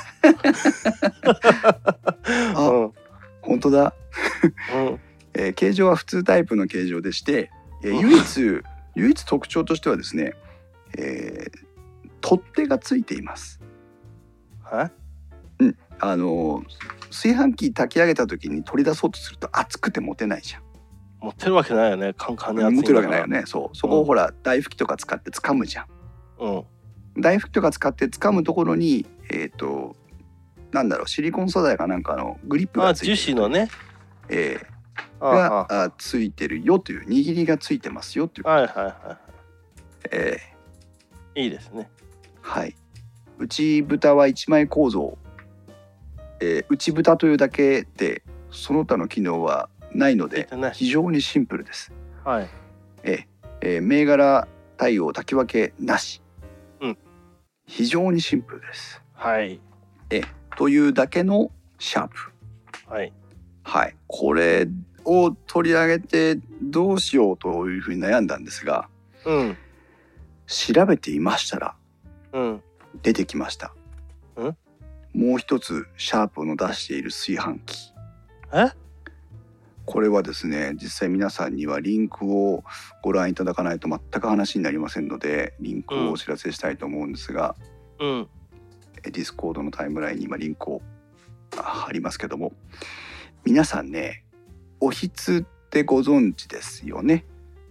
本当だ。形状は普通タイプの形状でして、唯一特徴としてはですね、取っ手がついています。炊飯器炊き上げた時に取り出そうとすると熱くて持てないじゃん。 持ってるわけないよね。カンカンに熱いんだから。 持ってるわけないよね。そこをほら台拭きとか使って掴むじゃん。台拭きとか使って掴むところになんだろう、シリコン素材かなんかのグリップがついてる。 樹脂のね。 がついてるよという、握りがついてますよという。 いいですね。 はい。内蓋は一枚構造。内蓋というだけでその他の機能はないので非常にシンプルです。銘柄対応炊き分けなし。非常にシンプルです。というだけのシャープ。これを取り上げてどうしようというふうに悩んだんですが、調べていましたら、出てきました。もう一つシャープの出している炊飯器。これはですね、実際皆さんにはリンクをご覧いただかないと全く話になりませんので、リンクをお知らせしたいと思うんですが、ディスコードのタイムラインに今リンクを貼りますけども、皆さんね、おひつってご存知ですよね。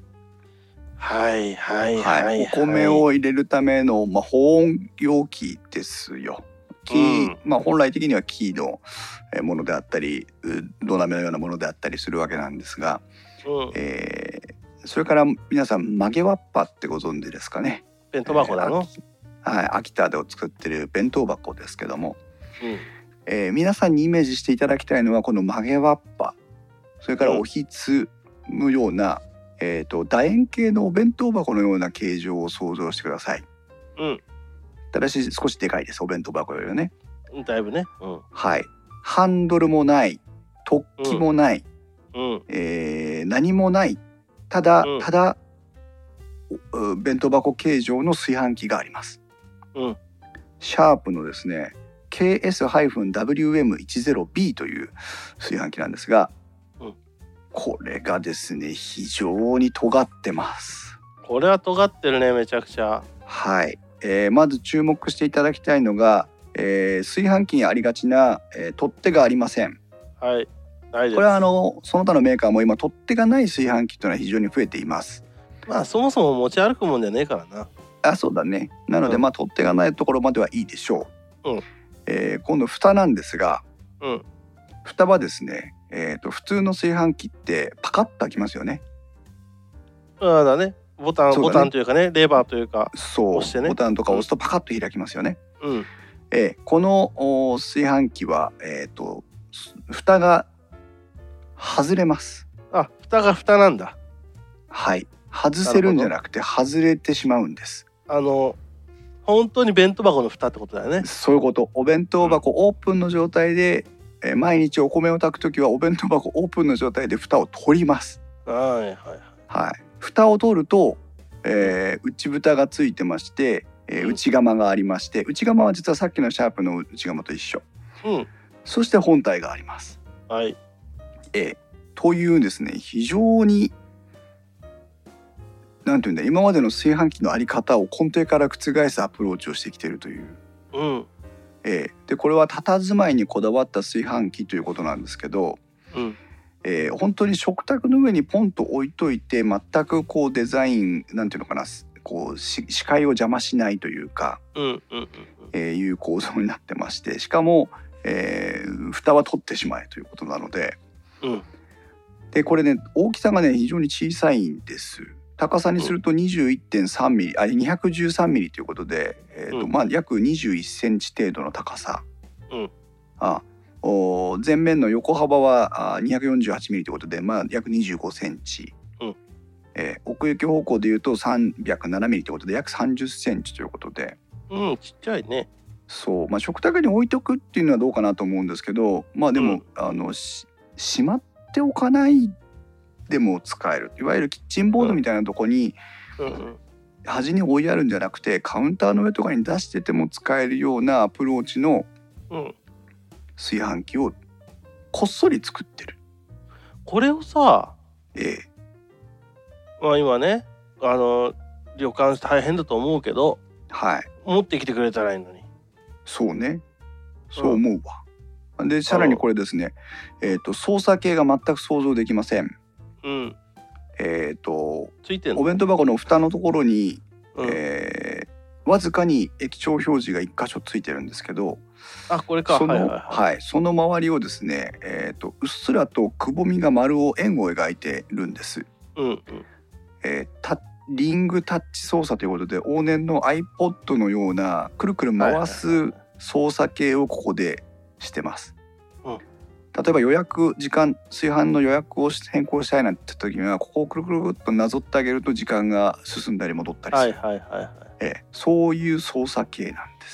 お米を入れるための、保温容器ですよ。本来的には木のものであったり土鍋のようなものであったりするわけなんですが、それから皆さん曲げわっぱってご存知ですかね。 弁当箱だの。 秋田で作ってる弁当箱ですけども、皆さんにイメージしていただきたいのはこの曲げわっぱ、それからおひつのような、楕円形のお弁当箱のような形状を想像してください。ただし少しでかいです、お弁当箱よりはね。 だいぶね。 ハンドルもない、突起もない、何もない、ただ弁当箱形状の炊飯器があります。シャープのですね KS-WM10B という炊飯器なんですが、これがですね非常に尖ってます。 これは尖ってるね、めちゃくちゃ。 まず注目していただきたいのが、炊飯器にありがちな、取っ手がありません。 ないです。 これはその他のメーカーも今取っ手がない炊飯器というのは非常に増えています。 そもそも持ち歩くもんじゃねえからな。 そうだね。なので、取っ手がないところまではいいでしょう。今度蓋なんですが、蓋はですね、普通の炊飯器ってパカッと開きますよね。 だね。ボタンというかね、レバーというか押してね、 ボタンとか押すとパカッと開きますよね。この炊飯器は蓋が外れます。 あ、蓋が蓋なんだ。 はい、外せるんじゃなくて外れてしまうんです。 本当に弁当箱の蓋ってことだよね。 そういうこと。お弁当箱オープンの状態で、毎日お米を炊くときはお弁当箱オープンの状態で蓋を取ります。 はいはいはい。蓋を取ると、内蓋がついてまして、内釜がありまして、内釜は実はさっきのシャープの内釜と一緒。そして本体があります。 はい。 というですね、非常になんていうんだ、今までの炊飯器のあり方を根底から覆すアプローチをしてきているという。でこれは佇まいにこだわった炊飯器ということなんですけど、本当に食卓の上にポンと置いといて全くこうデザインなんていうのかな、こう視界を邪魔しないというか、いう構造になってまして、しかも、蓋は取ってしまえということなので、でこれね大きさがね非常に小さいんです。高さにすると 21.3 ミリ、213ミリということで、約21センチ程度の高さ。前面の横幅は248ミリということで、約25センチ。奥行き方向でいうと307ミリということで約30センチということで。 ちっちゃいね。 そう、食卓に置いとくっていうのはどうかなと思うんですけど、でも、しまっておかないでも使える、いわゆるキッチンボードみたいなとこに端に置いてあるんじゃなくてカウンターの上とかに出してても使えるようなアプローチの炊飯器をこっそり作ってる。 これをさ、今ね旅館大変だと思うけど、持ってきてくれたらいいのに。そうね、 そう思うわ。でさらにこれですね、操作系が全く想像できません。 ついてんの？ お弁当箱の蓋のところに、わずかに液晶表示が1箇所ついてるんですけど、 これか。 その周りをですね、うっすらとくぼみが円を描いてるんです。リングタッチ操作ということで往年の iPod のようなくるくる回す操作系をここでしてます。例えば炊飯の予約を変更したいなんて時にはここをくるくるっとなぞってあげると時間が進んだり戻ったりする。そういう操作系なんです。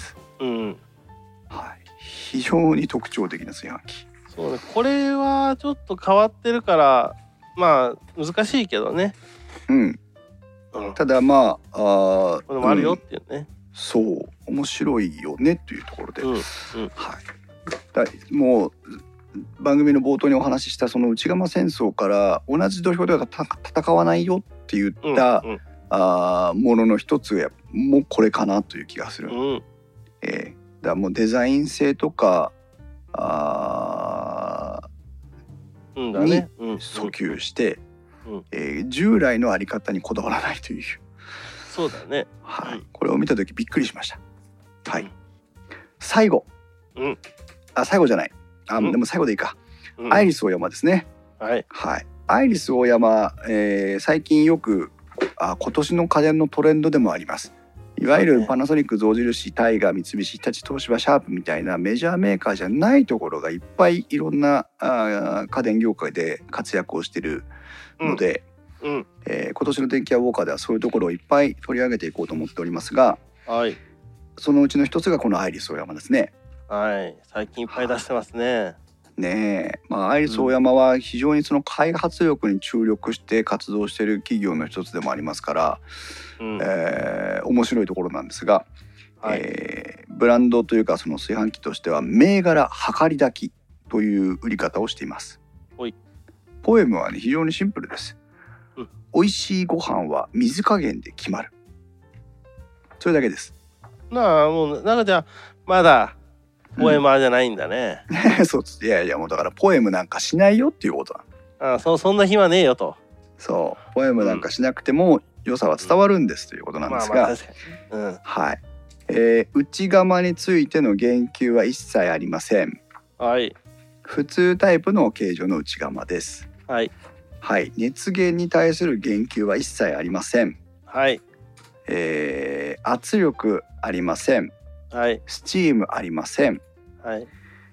非常に特徴的な炊飯器。 そうね、これはちょっと変わってるから難しいけどね。 ただこれもあるよっていうね。 そう面白いよねというところで、もう番組の冒頭にお話ししたその内釜戦争から同じ土俵では戦わないよって言ったものの一つもこれかなという気がする。だからもうデザイン性とかに訴求して、従来のあり方にこだわらないという。 そうだね。 これを見た時びっくりしました。最後。最後じゃない。でも最後でいいか。アイリスオーヤマですね。アイリスオーヤマ、最近よく今年の家電のトレンドでもあります。いわゆるパナソニック、象印、タイガー、三菱、日立、東芝、シャープみたいなメジャーメーカーじゃないところがいっぱいいろんな家電業界で活躍をしているので、今年の電気屋ウォーカーではそういうところをいっぱい取り上げていこうと思っておりますが、そのうちの一つがこのアイリスオーヤマですね。 最近いっぱい出してますね。 アイリスオーヤマは非常にその開発力に注力して活動している企業の一つでもありますから、面白いところなんですが、ブランドというかその炊飯器としては銘柄量り炊きという売り方をしています。ポエムはね非常にシンプルです。美味しいご飯は水加減で決まる。それだけです。 もうじゃあまだポエマーじゃないんだね。 そうです。いやもうだからポエムなんかしないよっていうことなの。そんな暇ねえよと。 そうポエムなんかしなくても良さは伝わるんですということなんですが、内釜についての言及は一切ありません。普通タイプの形状の内釜です。熱源に対する言及は一切ありません。圧力ありません。スチームありません。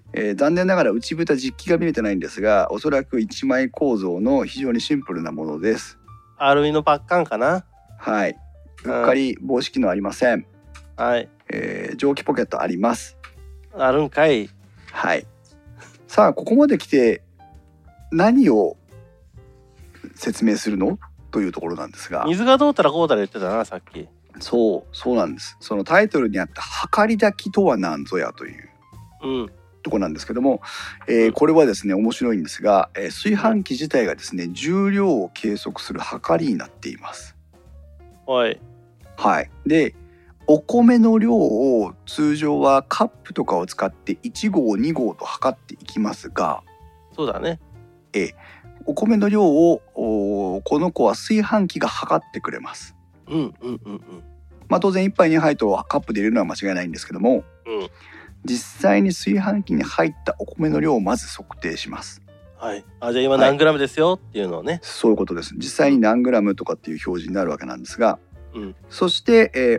残念ながら内蓋実機が見れてないんですが、おそらく1枚構造の非常にシンプルなものです。 アルミのパッカンかな。 はい。うっかり防止機能ありません。 はい。 蒸気ポケットあります。 あるんかい。 はい。さあここまで来て何を説明するのというところなんですが、 水がどうたらこうたら言ってたなさっき。 そうなんです。そのタイトルにあった量り炊きとは何ぞやという、とこなんですけども、これはですね面白いんですが、炊飯器自体がですね重量を計測する量りになっています。 はい。 はい。でお米の量を通常はカップとかを使って1合2合と測っていきますが、 そうだね。 お米の量をこの子は炊飯器が測ってくれます。まあ当然1杯2杯とカップで入れるのは間違いないんですけども、実際に炊飯器に入ったお米の量をまず測定します。 はい。じゃあ今何グラムですよっていうのをね。 そういうことです。実際に何グラムとかっていう表示になるわけなんですが、そして、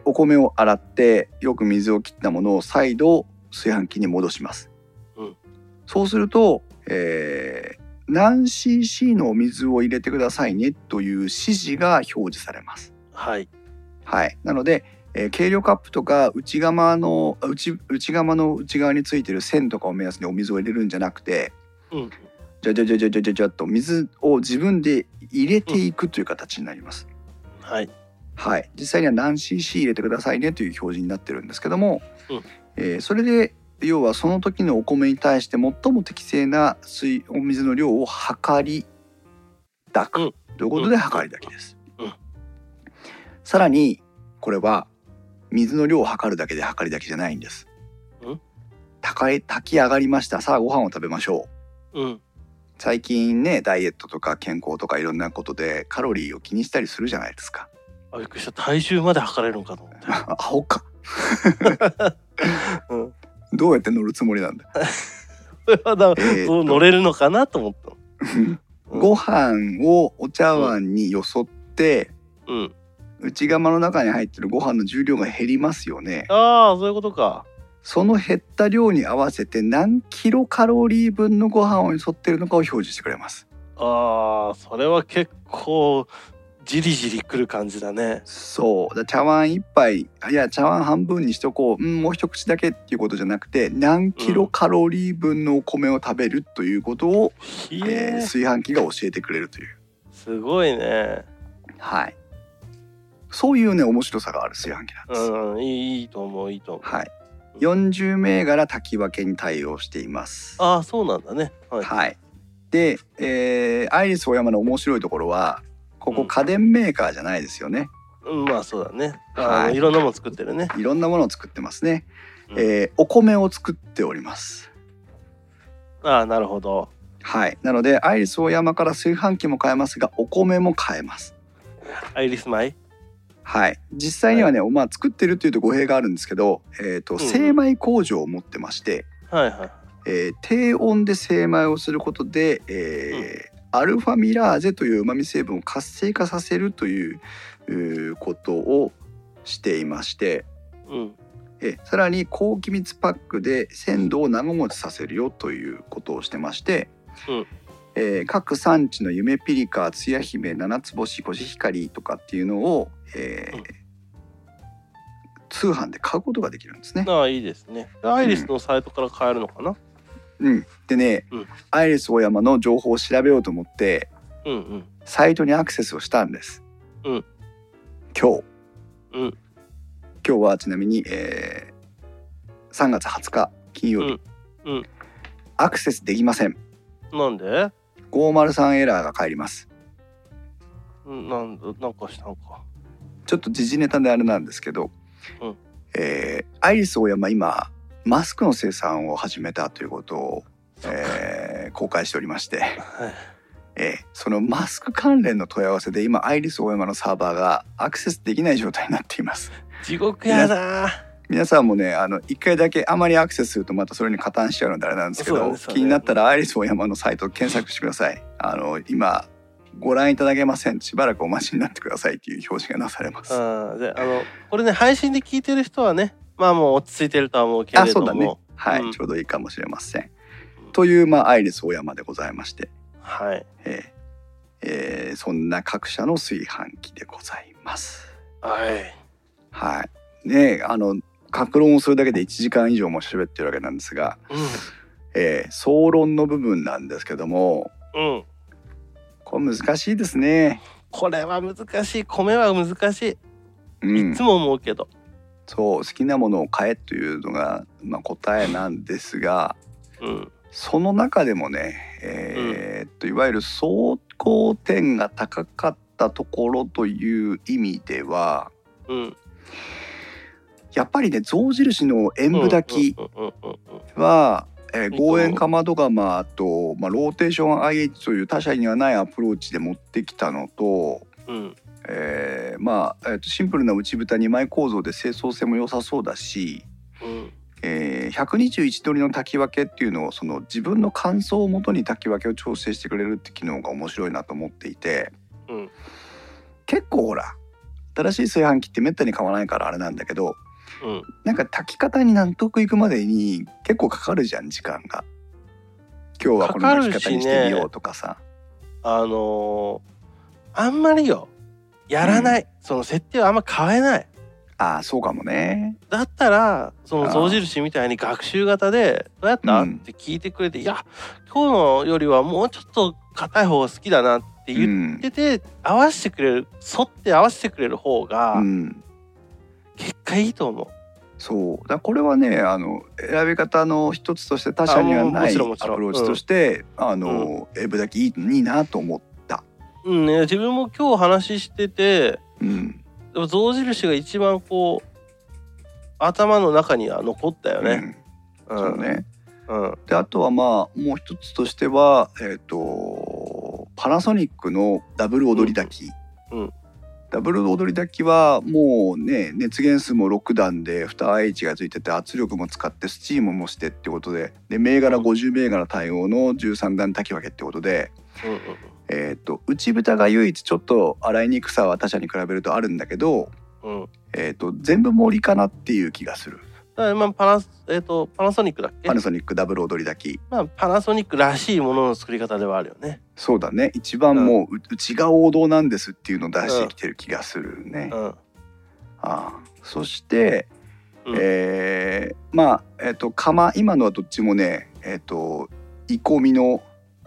お米を洗ってよく水を切ったものを再度炊飯器に戻します。そうすると、何 cc のお水を入れてくださいねという指示が表示されます。はい。なので、計量カップとか内釜の内側についてる線とかを目安にお水を入れるんじゃなくて、じゃっと水を自分で入れていくという形になります。実際には何 cc 入れてくださいねという表示になってるんですけども、それで要はその時のお米に対して最も適正なお水の量を測り炊くということで測り炊きです。さらにこれは水の量を測るだけで測り炊きじゃないんです。炊き上がりました。さあご飯を食べましょう。最近ねダイエットとか健康とかいろんなことでカロリーを気にしたりするじゃないですか。 びっくりした。体重まで測れるのかと思って。 アホか。どうやって乗るつもりなんだ。 そう乗れるのかなと思った。 ご飯をお茶碗によそって、内釜の中に入ってるご飯の重量が減りますよね。 そういうことか。 その減った量に合わせて何キロカロリー分のご飯をよそってるのかを表示してくれます。 それは結構じりじりくる感じだね。 そう茶碗一杯、いや茶碗半分にしとこう、もう一口だけっていうことじゃなくて何キロカロリー分のお米を食べるということを、炊飯器が教えてくれるという。 すごいね。 そういうね面白さがある炊飯器なんです。 いいと思う。 40銘柄炊き分けに対応しています。 そうなんだね。 で、アイリスオーヤマの面白いところはここ家電メーカーじゃないですよね。 まあそうだね。いろんなもの作ってるね。 いろんなものを作ってますね。お米を作っております。 なるほど。 なのでアイリスオーヤマから炊飯器も買えますがお米も買えます。 アイリス米。 実際にはね、作ってるっていうと語弊があるんですけど、精米工場を持ってまして、低温で精米をすることで、アルファミラーゼという旨味成分を活性化させるということをしていまして、さらに高気密パックで鮮度を長持ちさせるよということをしてまして、各産地の夢ピリカ、つや姫、七つ星、コシヒカリとかっていうのを、通販で買うことができるんですね。 いいですね。アイリスのサイトから買えるのかな。 でね、アイリスオーヤマの情報を調べようと思って、サイトにアクセスをしたんです。今日はちなみに、3月20日金曜日、アクセスできません。 なんで ？503エラーが返ります。 なんかしたのか。 ちょっと時事ネタであれなんですけど、アイリスオーヤマ今マスクの生産を始めたということを、公開しておりまして、そのマスク関連の問い合わせで今アイリスオーヤマのサーバーがアクセスできない状態になっています。 地獄やな。 皆さんもね1回だけあまりアクセスするとまたそれに加担しちゃうのであれなんですけど、気になったらアイリスオーヤマのサイトを検索してください。今ご覧いただけません。しばらくお待ちになってくださいっていう表示がなされます。 でこれね配信で聞いてる人はねもう落ち着いてるとは思うけれども、 そうだね。ちょうどいいかもしれません。 という、アイリスオーヤマでございまして、 はい。 そんな各社の炊飯器でございます。 はい。 はい。ね、格論をするだけで1時間以上も喋ってるわけなんですが、総論の部分なんですけども、これ難しいですね。 これは難しい。米は難しい。いつも思うけど。 そう、好きなものを買えというのが、答えなんですが、その中でもね、いわゆる走行点が高かったところという意味では、やっぱりね、象印の塩分炊きは、5円かまど釜と、ローテーション IH という他社にはないアプローチで持ってきたのと、シンプルな内蓋2枚構造で清掃性も良さそうだし、121通りの炊き分けっていうのを、その自分の感想をもとに炊き分けを調整してくれるって機能が面白いなと思っていて、結構ほら新しい炊飯器ってめったに買わないからあれなんだけど、なんか炊き方に納得いくまでに結構かかるじゃん、時間が。今日はこの炊き方にしてみようとかさ、 あんまりやらない、その設定はあんま変えない。 そうかもね。 だったらその象印みたいに学習型でどうやった、って聞いてくれて、いや今日のよりはもうちょっと硬い方が好きだなって言ってて、合わせてくれる、沿って合わせてくれる方が、結果いいと思う。 そうだ、これはね、選び方の一つとして他社にはないアプローチとして、塩分だけいいなと思った。 自分も今日話してて、でも象印が一番こう頭の中には残ったよね。 そうね。であとはもう一つとしては、パナソニックのダブル踊り炊き。ダブル踊り炊きはもうね、熱源数も6段で 2IH がついてて、圧力も使ってスチームもしてってことで、銘柄50銘柄対応の13段炊き分けってことで、内蓋が唯一ちょっと洗いにくさは他社に比べるとあるんだけど、全部盛りかなっていう気がする。 パナソニックだっけ？ パナソニックダブル踊り炊き。 パナソニックらしいものの作り方ではあるよね。 そうだね。一番もううちが王道なんですっていうのを出してきてる気がするね。そして、釜、今のはどっちもね、鋳込みの、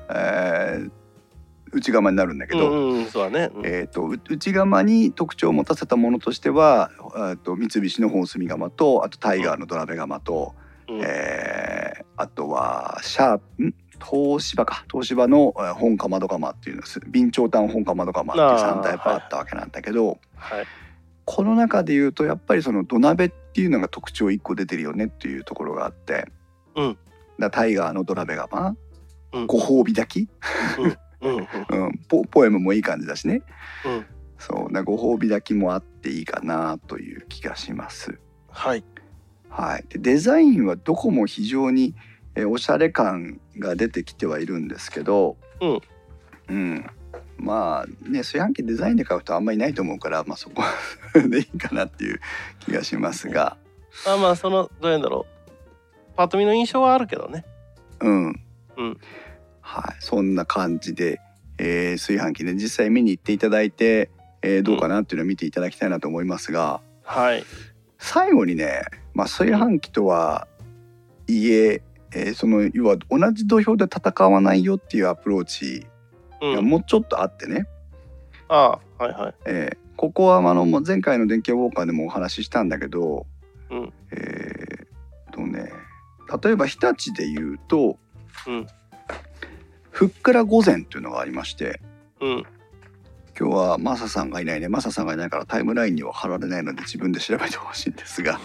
内釜になるんだけど、 そうだね。 内釜に特徴を持たせたものとしては、三菱の本炭釜と、あとタイガーの土鍋釜と、あとは東芝の本かまど釜っていうのは備長炭本かまど釜っていう3タイプあったわけなんだけど、この中でいうとやっぱりその土鍋っていうのが特徴1個出てるよねっていうところがあって、タイガーの土鍋釜、ご褒美炊きポエムもいい感じだしね、そうな、ご褒美炊きもあっていいかなという気がします。でデザインはどこも非常におしゃれ感が出てきてはいるんですけど、炊飯器デザインで買う人あんまりいないと思うから、そこでいいかなっていう気がしますが、 そのどういうんだろう、パッと見の印象はあるけどね。 そんな感じで、炊飯器で実際見に行っていただいて、どうかなっていうのを見ていただきたいなと思いますが、最後にね、炊飯器とはいえ、その要は同じ土俵で戦わないよっていうアプローチがもうちょっとあってね、ここは前回の電気屋ウォーカーでもお話ししたんだけど、例えば日立で言うと、ふっくら御膳っていうのがありまして、今日はマサさんがいないね。マサさんがいないからタイムラインには貼られないので自分で調べてほしいんですが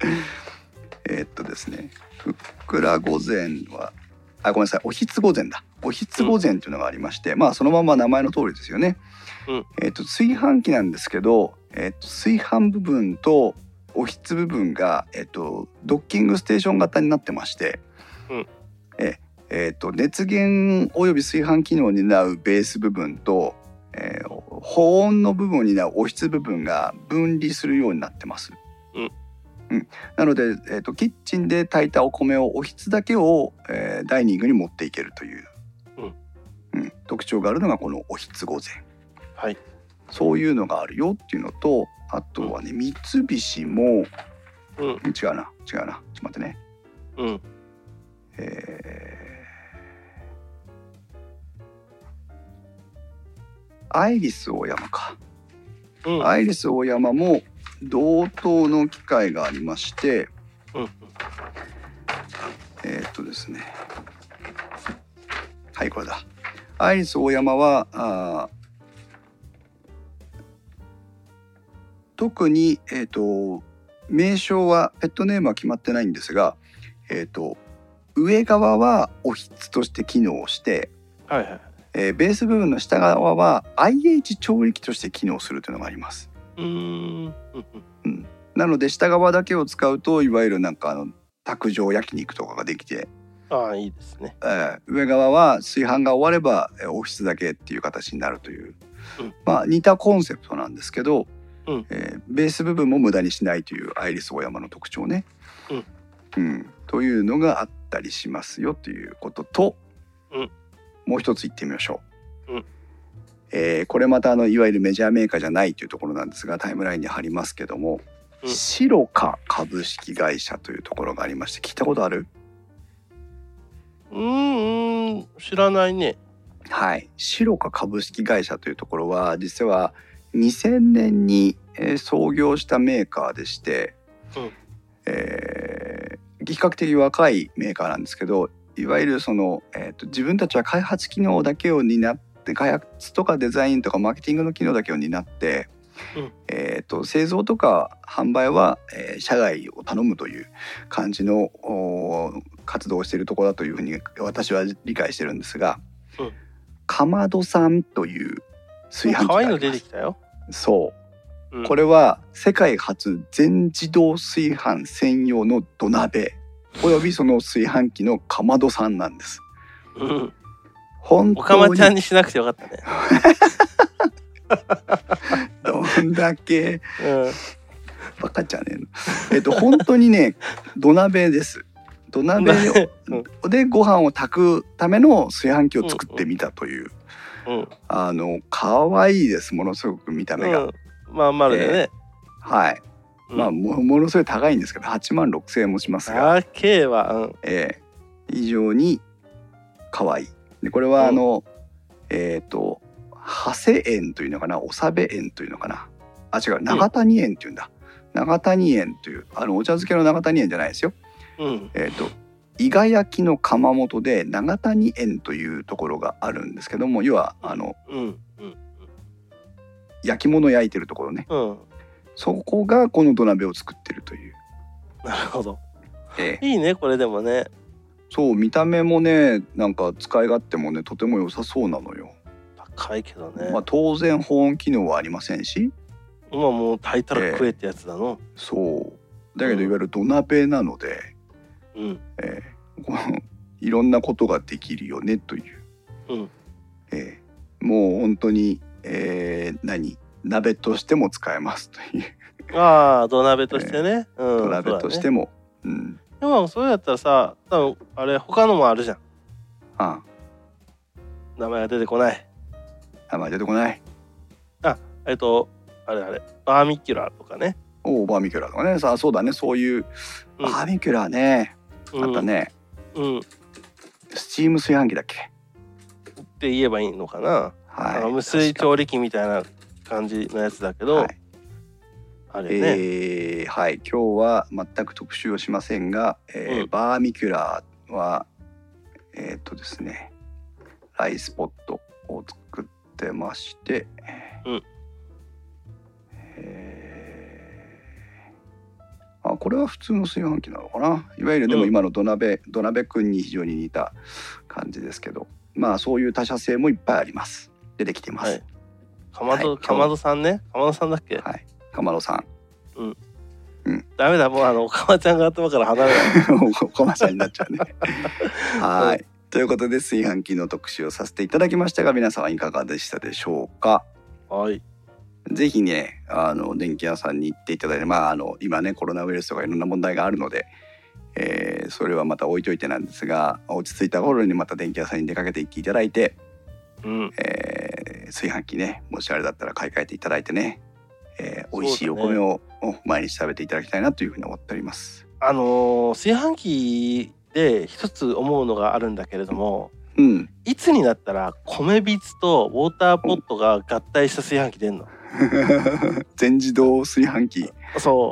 ですね、ふっくら御膳はごめんなさい、おひつ御膳だ。おひつ御膳っていうのがありまして、そのまま名前の通りですよね。炊飯器なんですけど、炊飯部分とおひつ部分が、ドッキングステーション型になってまして、熱源および炊飯機能を担うベース部分と、保温の部分を担うおひつ部分が分離するようになってます。 なので、キッチンで炊いたお米をおひつだけを、ダイニングに持っていけるという、特徴があるのがこのおひつ御膳、 はい、 そういうのがあるよっていうのと、あとはね、三菱も、違うなちょっと待ってね、アイリスオーヤマか、アイリスオーヤマも同等の機械がありまして、ですね、はい、これだ。アイリスオーヤマは特に、名称はペットネームは決まってないんですが、上側はおひつとして機能して、ベース部分の下側は IH 調理器として機能するというのがあります。なので下側だけを使うといわゆるなんか卓上焼肉とかができて、 いいですね。 上側は炊飯が終わればおひつだけっていう形になるという、似たコンセプトなんですけど、ベース部分も無駄にしないというアイリスオーヤマの特徴ね、というのがあったりしますよということと、もう一つ言ってみましょう。これまたいわゆるメジャーメーカーじゃないというところなんですが、タイムラインに貼りますけども、シロカ株式会社というところがありまして、聞いたことある？ 知らないね。 はい、シロカ株式会社というところは実は2000年に創業したメーカーでして、比較的若いメーカーなんですけど、いわゆるその、自分たちは開発機能だけを担って、開発とかデザインとかマーケティングの機能だけを担って、製造とか販売は、社外を頼むという感じの活動をしているところだというふうに私は理解してるんですが、かまどさんという炊飯器があります。可愛いの出てきたよ。そう、これは世界初全自動炊飯専用の土鍋およびその炊飯器のかまどさんなんです。本当におかまちゃんにしなくてよかったね。どんだけ、バカじゃねえの。本当にね、土鍋です。土鍋でご飯を炊くための炊飯器を作ってみたという、可愛いです、ものすごく見た目が。まあまるでね。はい。ものすごい高いんですけど、86,000円もしますが。非常に可愛い。でこれは長谷園というのかな、長部園というのかな、違う、長谷園っていうんだ、長谷園というお茶漬けの長谷園じゃないですよ。伊賀焼の窯元で長谷園というところがあるんですけども、要は焼き物焼いてるところね、そこがこの土鍋を作ってるという。なるほど、いいねこれでもね。そう、見た目もね、なんか使い勝手もね、とても良さそうなのよ。高いけどね。当然保温機能はありませんし、もう炊いたら食えってやつだの。そうだけど、いわゆる土鍋なので、いろんなことができるよねという、もう本当に、鍋としても使えますという。土鍋としてね、土鍋としても、でもそれだったらさ、多分あれ他のもあるじゃん。名前が出てこない。名前出てこない。あれバーミキュラーとかね。バーミキュラーとかね。そうだね、そういうバーミキュラーね、あったね。スチーム炊飯器だっけって言えばいいのかな。無水調理器みたいな感じのやつだけど、あれね。はい、今日は全く特集をしませんが、バーミキュラーはですね、ライスポットを作ってまして、これは普通の炊飯器なのかな。いわゆるでも今の土鍋くんに非常に似た感じですけど、そういう他社製もいっぱいあります。出てきてます。かまどさんね。かまどさんだっけ。はい、かまどさん。ダメだ、もうおかまちゃんが頭から離れない。おかまちゃんになっちゃうね。はい。ということで炊飯器の特集をさせていただきましたが、皆さんはいかがでしたでしょうか。はい。 ぜひね電気屋さんに行っていただいて、今ねコロナウイルスとかいろんな問題があるので、それはまた置いといてなんですが、落ち着いた頃にまた電気屋さんに出かけていっていただいて、炊飯器ねもしあれだったら買い替えていただいてね、美味しいお米を毎日食べていただきたいなというふうに思っております。 炊飯器で一つ思うのがあるんだけれども、いつになったら米びつとウォーターポットが合体した炊飯器出んの？ 全自動炊飯器。 そう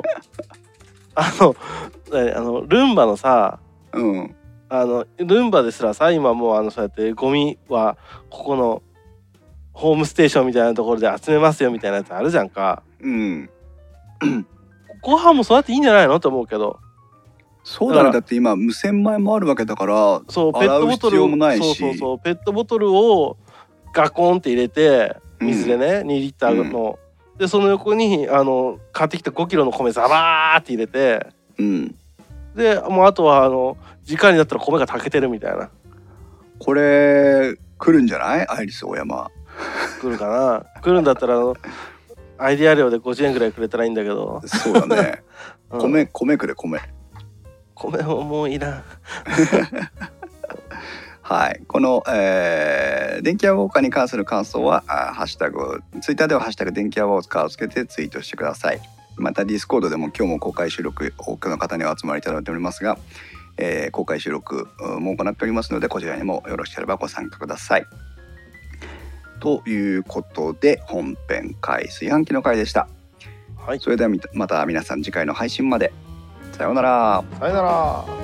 ルンバのさ、ルンバですらさ今もうそうやってゴミはここのホームステーションみたいなところで集めますよみたいなやつあるじゃんか。ご飯もそうやっていいんじゃないのと思うけど。 そうだね。だって今無洗米もあるわけだから、洗う必要もないし。 そうペットボトルをガコンって入れて水でね、2リッターの、でその横に買ってきた5キロの米ザバーって入れて、でもうあとは時間になったら米が炊けてるみたいな。これ来るんじゃない？アイリスオーヤマ来るかな。来るんだったらアイデア料で50円ぐらいくれたらいいんだけど。 そうだね。米くれ米ももういらん。 はい、この、電気屋ウォーカーに関する感想はハッシュタグツイッターではハッシュタグ電気屋ウォーカーをつけてツイートしてください。またディスコードでも今日も公開収録多くの方にお集まりいただいておりますが、公開収録も行っておりますのでこちらにもよろしければご参加ください。ということで本編回炊飯器の回でした。それではまた皆さん次回の配信まで。さようなら。 さようなら。